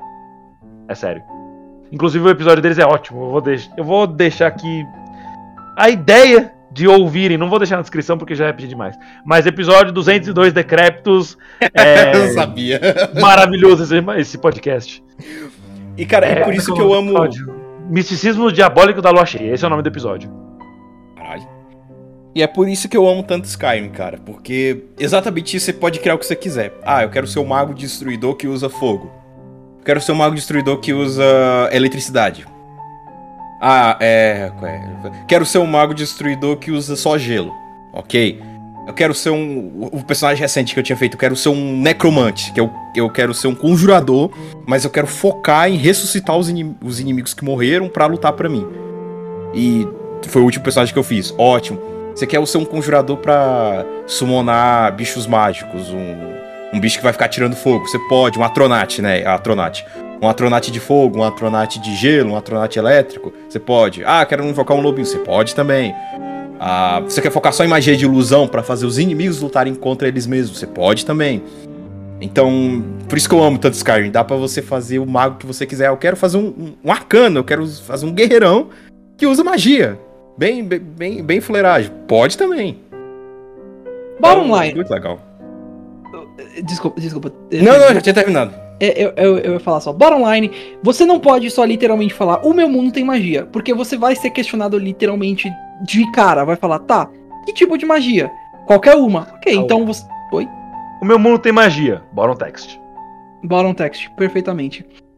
É sério. Inclusive o episódio deles é ótimo. Eu vou, deix... eu vou deixar aqui a ideia de ouvirem. Não vou deixar na descrição porque já é pedir demais. Mas episódio duzentos e dois Decrépitos. É Eu sabia. maravilhoso esse, esse podcast. E cara, é, por isso que eu amo. episódio. Misticismo Diabólico da Lua Cheia. Esse é o nome do episódio. Caralho. E é por isso que eu amo tanto Skyrim, cara. Porque exatamente isso você pode criar o que você quiser. Ah, eu quero ser um mago destruidor que usa fogo. Eu quero ser um mago destruidor que usa eletricidade. Ah, é. Quero ser um mago destruidor que usa só gelo. Ok? Eu quero ser um. O personagem recente que eu tinha feito, eu quero ser um necromante. Que eu, eu quero ser um conjurador. Mas eu quero focar em ressuscitar os, inim- os inimigos que morreram pra lutar pra mim. E foi o último personagem que eu fiz. Ótimo. Você quer ser um conjurador pra summonar bichos mágicos, um, um bicho que vai ficar tirando fogo. Você pode, um atronate, né? Atronate. Um atronate de fogo, um atronate de gelo, um atronate elétrico. Você pode. Ah, quero invocar um lobinho. Você pode também. Ah, você quer focar só em magia de ilusão pra fazer os inimigos lutarem contra eles mesmos. Você pode também. Então, por isso que eu amo tanto Skyrim. Dá pra você fazer o mago que você quiser. Eu quero fazer um, um, um arcano, eu quero fazer um guerreirão que usa magia. Bem, bem, bem, bem fuleiragem. Pode também. Bottom Então, line. Muito legal. Desculpa, desculpa. Não, não, já tinha terminado. É, Eu, eu, eu ia falar só. Bottom line, você não pode só literalmente falar, o meu mundo tem magia. Porque você vai ser questionado literalmente de cara. Vai falar, tá, que tipo de magia? Qualquer uma. Ok, Ah, então você... Oi? O meu mundo tem magia. Bora um text. Bottom text, perfeitamente.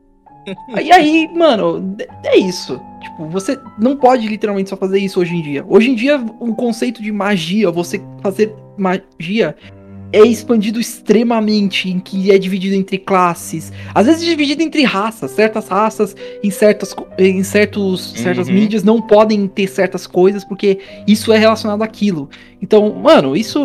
E aí, mano, é isso. Tipo, você não pode literalmente só fazer isso hoje em dia. Hoje em dia, o conceito de magia, você fazer magia, é expandido extremamente, em que é dividido entre classes, às vezes dividido entre raças. Certas raças em, certas, em certos, certas Uhum. mídias não podem ter certas coisas, porque isso é relacionado àquilo. Então, mano, isso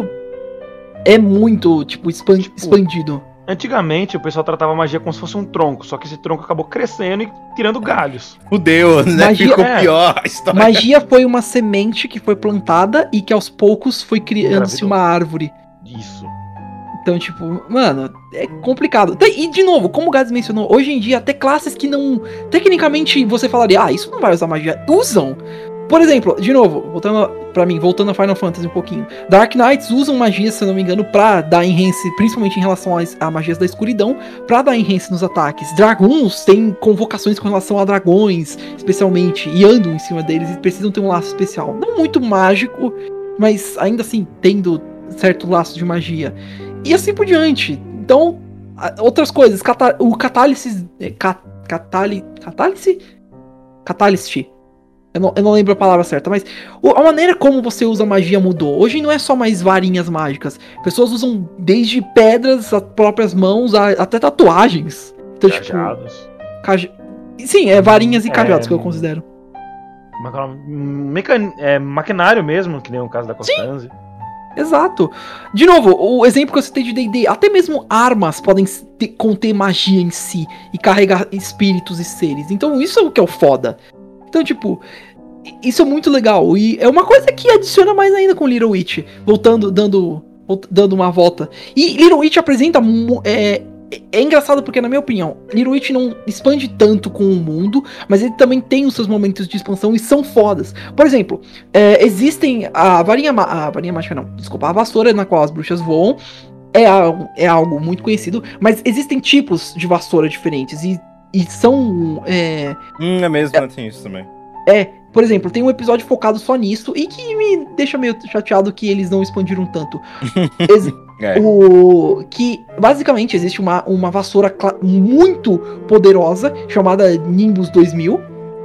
é muito, tipo, expan- Tipo, expandido. Antigamente o pessoal tratava a magia como se fosse um tronco, só que esse tronco acabou crescendo e tirando galhos. Fudeu, né? Magia- Ficou é. pior a história. Magia foi uma semente que foi plantada e que aos poucos foi criando-se Engravidou. uma árvore. Isso. Então, tipo, mano, é complicado. E, de novo, como o Gads mencionou, hoje em dia, até classes que não... Tecnicamente, você falaria, ah, isso não vai usar magia. Usam. Por exemplo, de novo, voltando pra mim, voltando a Final Fantasy um pouquinho. Dark Knights usam magia, se eu não me engano, pra dar enhance, principalmente em relação às, a magias da escuridão, pra dar enhance nos ataques. Dragoons têm convocações com relação a dragões, especialmente, e andam em cima deles e precisam ter um laço especial. Não muito mágico, mas ainda assim, tendo certo laço de magia. E assim por diante. Então, outras coisas. Cata o catálisis... Cat catali catálise? Catalyst. Eu não, eu não lembro a palavra certa, mas a maneira como você usa magia mudou. Hoje não é só mais varinhas mágicas. Pessoas usam desde pedras, as próprias mãos, a, até tatuagens. Então, Cajados. tipo... Caj... Sim, é varinhas e cajados É, que eu considero. Como é que é o nome? Mecan... é, maquinário mesmo, que nem o caso da Constanze. Exato. De novo, o exemplo que eu citei de D e D, até mesmo armas podem ter, conter magia em si e carregar espíritos e seres. Então isso é o que é o foda. Então, tipo, isso é muito legal. E é uma coisa que adiciona mais ainda com Little Witch. Voltando, dando, dando uma volta. E Little Witch apresenta... É, é engraçado porque, na minha opinião, Little Witch não expande tanto com o mundo, mas ele também tem os seus momentos de expansão e são fodas. Por exemplo, é, existem a varinha, a varinha mágica não, desculpa, a vassoura na qual as bruxas voam é algo, é algo muito conhecido, mas existem tipos de vassoura diferentes e, e são... É, Hum, é mesmo, é, tem isso também. É, por exemplo, tem um episódio focado só nisso e que me deixa meio chateado que eles não expandiram tanto. Ex É. O que basicamente existe uma, uma vassoura muito poderosa chamada Nimbus dois mil.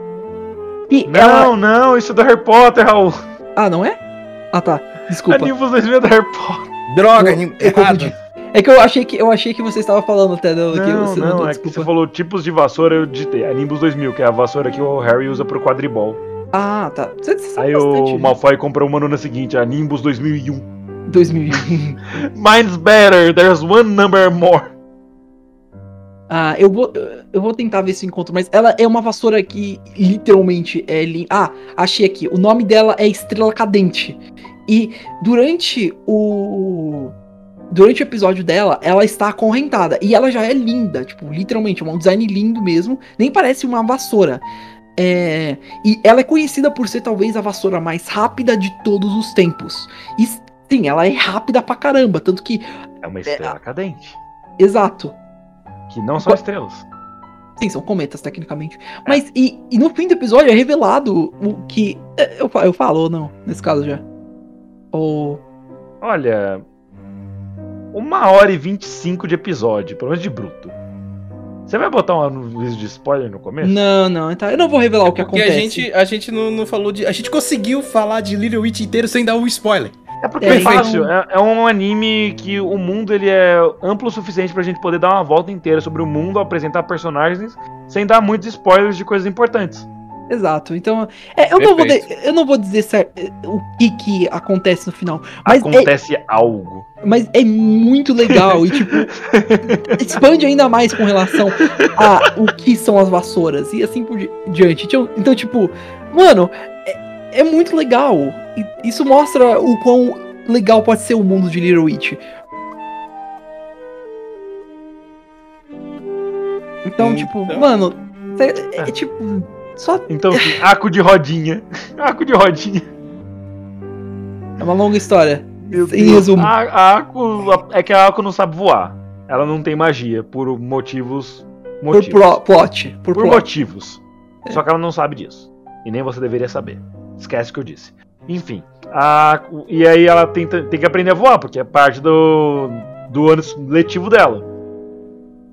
E Não, ela... não, isso é do Harry Potter, Raul. Ah, não é? Ah, tá. A Desculpa. Nimbus dois mil é do Harry Potter. Droga, Eu- nim- eu errado. confundi. É que eu achei que eu achei que você estava falando até do, que Não, você não, mandou, é que desculpa. você falou tipos de vassoura, eu digitei. A Nimbus dois mil, que é a vassoura que o Harry usa pro quadribol. Ah, tá. Você, você sabe Aí bastante, o Malfoy comprou uma no ano seguinte, a Nimbus dois mil e um. dois mil e um. Mine's better, there's one number more. Ah, eu vou, eu vou tentar ver se eu encontro, mas ela é uma vassoura que literalmente é li... Ah, achei aqui. O nome dela é Estrela Cadente. E durante o durante o episódio dela, ela está acorrentada e ela já é linda, tipo, literalmente, é um design lindo mesmo, nem parece uma vassoura. É... E ela é conhecida por ser talvez a vassoura mais rápida de todos os tempos. E sim, ela é rápida pra caramba, tanto que É uma estrela cadente. exato. Que não são estrelas. Sim, são cometas, tecnicamente. Mas, e, e no fim do episódio é revelado o que... Eu, eu falo ou não, nesse caso já? Ou... Olha... Uma hora e vinte e cinco de episódio, pelo menos de bruto. Você vai botar um aviso de spoiler no começo? Não, não, tá. Eu não vou revelar o que Porque acontece. a gente, a gente não, não falou de... A gente conseguiu falar de Little Witch inteiro sem dar um spoiler. É porque É, é fácil, é, é um anime que o mundo ele é amplo o suficiente pra gente poder dar uma volta inteira sobre o mundo, apresentar personagens, sem dar muitos spoilers de coisas importantes. Exato. Então, é, eu, não vou de- Perfeito. eu não vou dizer cer- o que que acontece no final. Mas, é, Acontece algo. mas é muito legal e, tipo, expande ainda mais com relação a o que são as vassouras e assim por di- diante. Então, então, tipo, mano, é, é muito legal. E isso mostra o quão legal pode ser o mundo de Little Witch. Então, Hum, tipo, então- mano, é, é tipo, só Então, assim, arco de rodinha. Arco de rodinha. é uma longa história. Meu Em Deus. resumo. A, a Ako, é que a Ako não sabe voar. Ela não tem magia, por motivos. Por motivos. pro- plot. Por, Por plot. motivos. Só que ela não sabe disso. E nem você deveria saber. Esquece o que eu disse. Enfim. A, e aí ela tenta, tem que aprender a voar, porque é parte do, do ano letivo dela.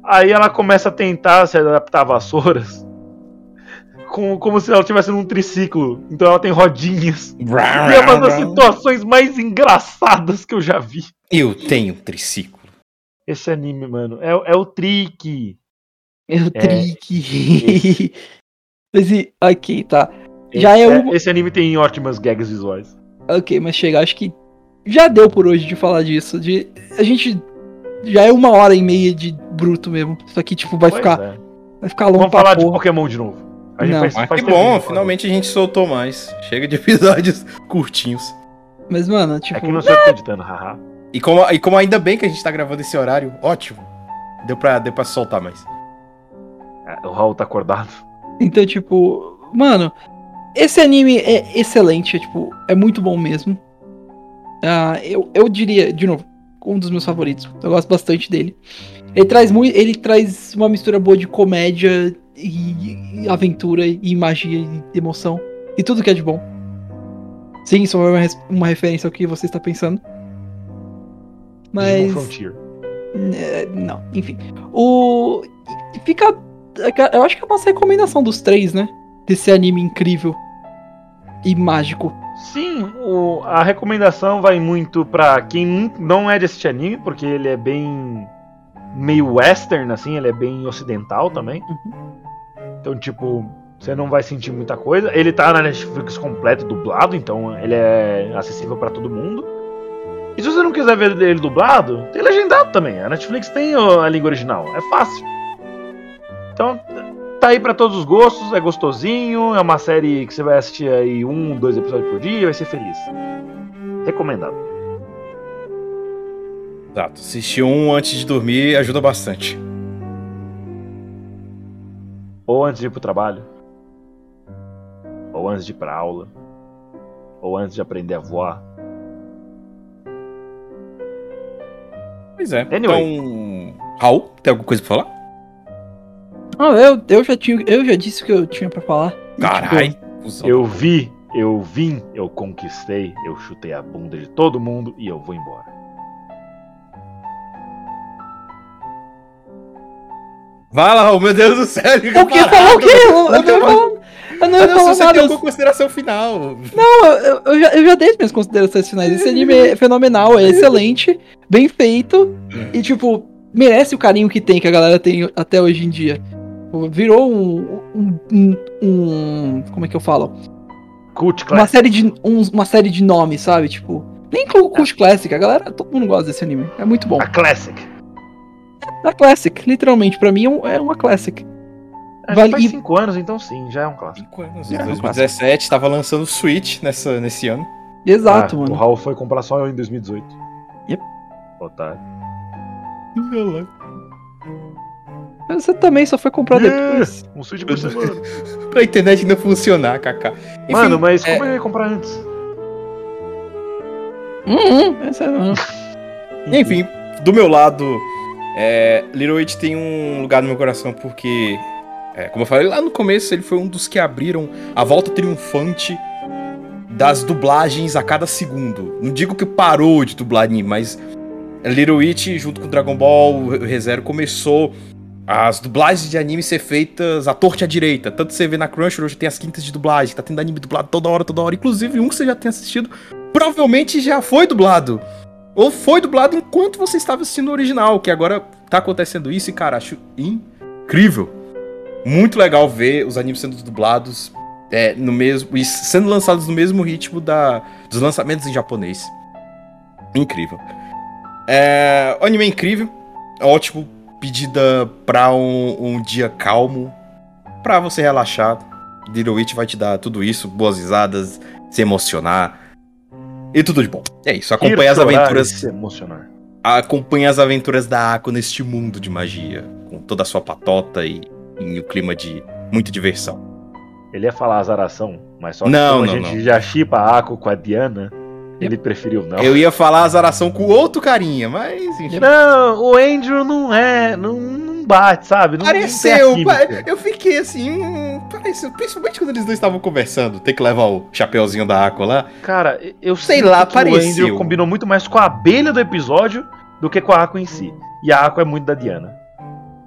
Aí ela começa a tentar se adaptar a vassouras. Com, como se ela estivesse num triciclo. Então ela tem rodinhas. E é uma das situações mais engraçadas que eu já vi. Eu tenho triciclo. Esse anime, mano, é, é o trick. É o É, trick. Mas, e- ok, tá. Já esse, é uma. esse anime tem ótimas gags visuais. Ok, mas chega, acho que já deu por hoje de falar disso. De... A gente. Já é uma hora e meia de bruto mesmo. Isso aqui, tipo, vai Pois ficar. é. Vai ficar longo Vamos pra falar de porra. Pokémon de novo. A gente Não. faz- Mas faz que tempo que a bom, gente fala. finalmente a gente soltou mais. Chega de episódios curtinhos. Mas, mano, tipo. É que não sei o que tá editando, haha. E como, e como ainda bem que a gente tá gravando esse horário, ótimo. Deu pra, deu pra soltar mais. É, o Raul tá acordado. Então, tipo. Mano, esse anime é excelente. É, tipo, é muito bom mesmo. Ah, eu, eu diria, de novo, um dos meus favoritos. Eu gosto bastante dele. Ele traz muito. Ele traz uma mistura boa de comédia e, e aventura e magia e emoção. E tudo que é de bom. Sim, isso é uma, res- uma referência ao que você está pensando. Mas. Digimon Frontier. É, não, enfim. O. e Fica. Eu acho que é uma recomendação dos três, né? Desse anime incrível e mágico. Sim, o- a recomendação vai muito pra quem nun- não é de assistir anime, porque ele é bem meio western, assim, ele é bem ocidental também. Então, tipo, você não vai sentir muita coisa. Ele tá na Netflix completo dublado, então ele é acessível pra todo mundo. E se você não quiser ver ele dublado, tem legendado também. A Netflix tem ó, a língua original, é fácil. Então, tá aí pra todos os gostos, é gostosinho, é uma série que você vai assistir aí um, dois episódios por dia e vai ser feliz. Recomendado. Exato. Assistir um antes de dormir ajuda bastante. Ou antes de ir pro trabalho. Ou antes de ir pra aula. Ou antes de aprender a voar. Pois é. Anyway. Então, Raul, tem alguma coisa pra falar? Ah, eu, eu, já tinha, eu já disse o que eu tinha pra falar. E, Carai. tipo, Eu vi, eu vim, eu conquistei, eu chutei a bunda de todo mundo e eu vou embora. Vai lá, Raul, meu Deus do céu. o que falou o quê? Eu, eu não ia falar, eu não ia Não, falar se você nada. tem alguma consideração final. Não, eu, eu- eu já, eu já dei as minhas considerações finais. Esse anime é fenomenal, é excelente, bem feito e, tipo, merece o carinho que tem, que a galera tem até hoje em dia. Virou um. um, um- um- como é que eu falo? Cult Uma Classic. série de, um- uma série de nomes, sabe? Tipo, nem com Cult Classic, a galera, todo mundo gosta desse anime. É muito bom. A Classic. A Classic, literalmente, pra mim é um- é uma Classic. Acho Vale- que faz e- cinco anos, então sim, já é um clássico. cinco anos. É, dois mil e dezessete, tava lançando Switch nessa, nesse ano. Exato, Ah, mano. O Raul foi comprar só em dois mil e dezoito. Yep. Otário. Mas você também só foi comprar depois. Um Switch por semana. Pra internet não funcionar, Kaká. Enfim, Mano, mas é, como eu ia comprar antes? Hum, hum, essa não. Enfim, do meu lado, é, Little Witch tem um lugar no meu coração porque, é, como eu falei lá no começo, ele foi um dos que abriram a volta triunfante das dublagens a cada segundo. Não digo que parou de dublar anime, mas Little Witch, junto com Dragon Ball, ReZero, começou as dublagens de anime ser feitas à torta e à direita. Tanto você vê na Crunchyroll, hoje tem as quintas de dublagem, tá tendo anime dublado toda hora, toda hora. Inclusive, um que você já tem assistido, provavelmente já foi dublado. Ou foi dublado enquanto você estava assistindo o original, que agora tá acontecendo isso e, cara, acho incrível. Muito legal ver os animes sendo dublados é, no mesmo, e sendo lançados no mesmo ritmo da, dos lançamentos em japonês. Incrível. É, o anime é incrível, é ótimo, pedida pra um, um dia calmo, pra você relaxar. Little Witch vai te dar tudo isso, boas risadas, se emocionar e tudo de bom. É isso, acompanha Ir as chorar e aventuras, se emocionar. acompanha as aventuras da Ako neste mundo de magia, com toda a sua patota e, e o clima de muita diversão. Ele ia falar azaração, mas só que Não, como não, a gente não. já chipa a Ako com a Diana, ele preferiu não. Eu ia falar azaração com outro carinha, mas enfim. Não, o Andrew não é, não, não bate, sabe? Não, Pareceu, não tem a pa- química. eu fiquei assim, hum, pareceu, principalmente quando eles dois estavam conversando, tem que levar o chapeuzinho da Aqua lá. Cara, eu Sei sinto lá, que pareceu. o Andrew combinou muito mais com a abelha do episódio do que com a Ako em si. E a Ako é muito da Diana.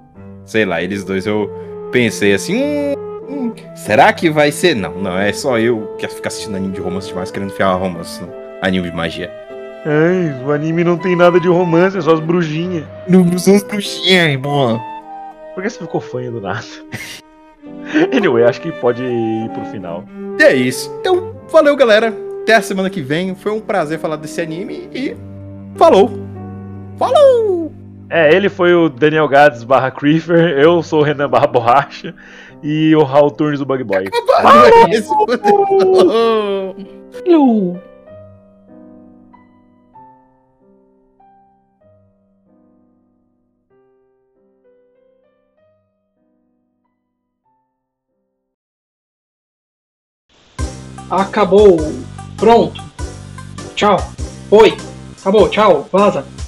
sei lá, eles dois eu pensei assim, hum, hum, será que vai ser? Não, não, é só eu que ficar assistindo anime de romance demais, querendo enfiar romance no anime de magia. Ai, o anime não tem nada de romance, é só as brujinhas. Não são as bruxinhas, irmão. Por que você ficou fanho do nada? Anyway, acho que pode ir pro final. E é isso. Então, valeu, galera. Até a semana que vem. Foi um prazer falar desse anime e falou! Falou! É, ele foi o Daniel Gades barra Creeper, eu sou o Renan barra Borracha e o Raul Turnes do Bug Boy. Esse falou! Hello. Acabou. Pronto. Tchau. Oi. Acabou. Tchau. Vaza.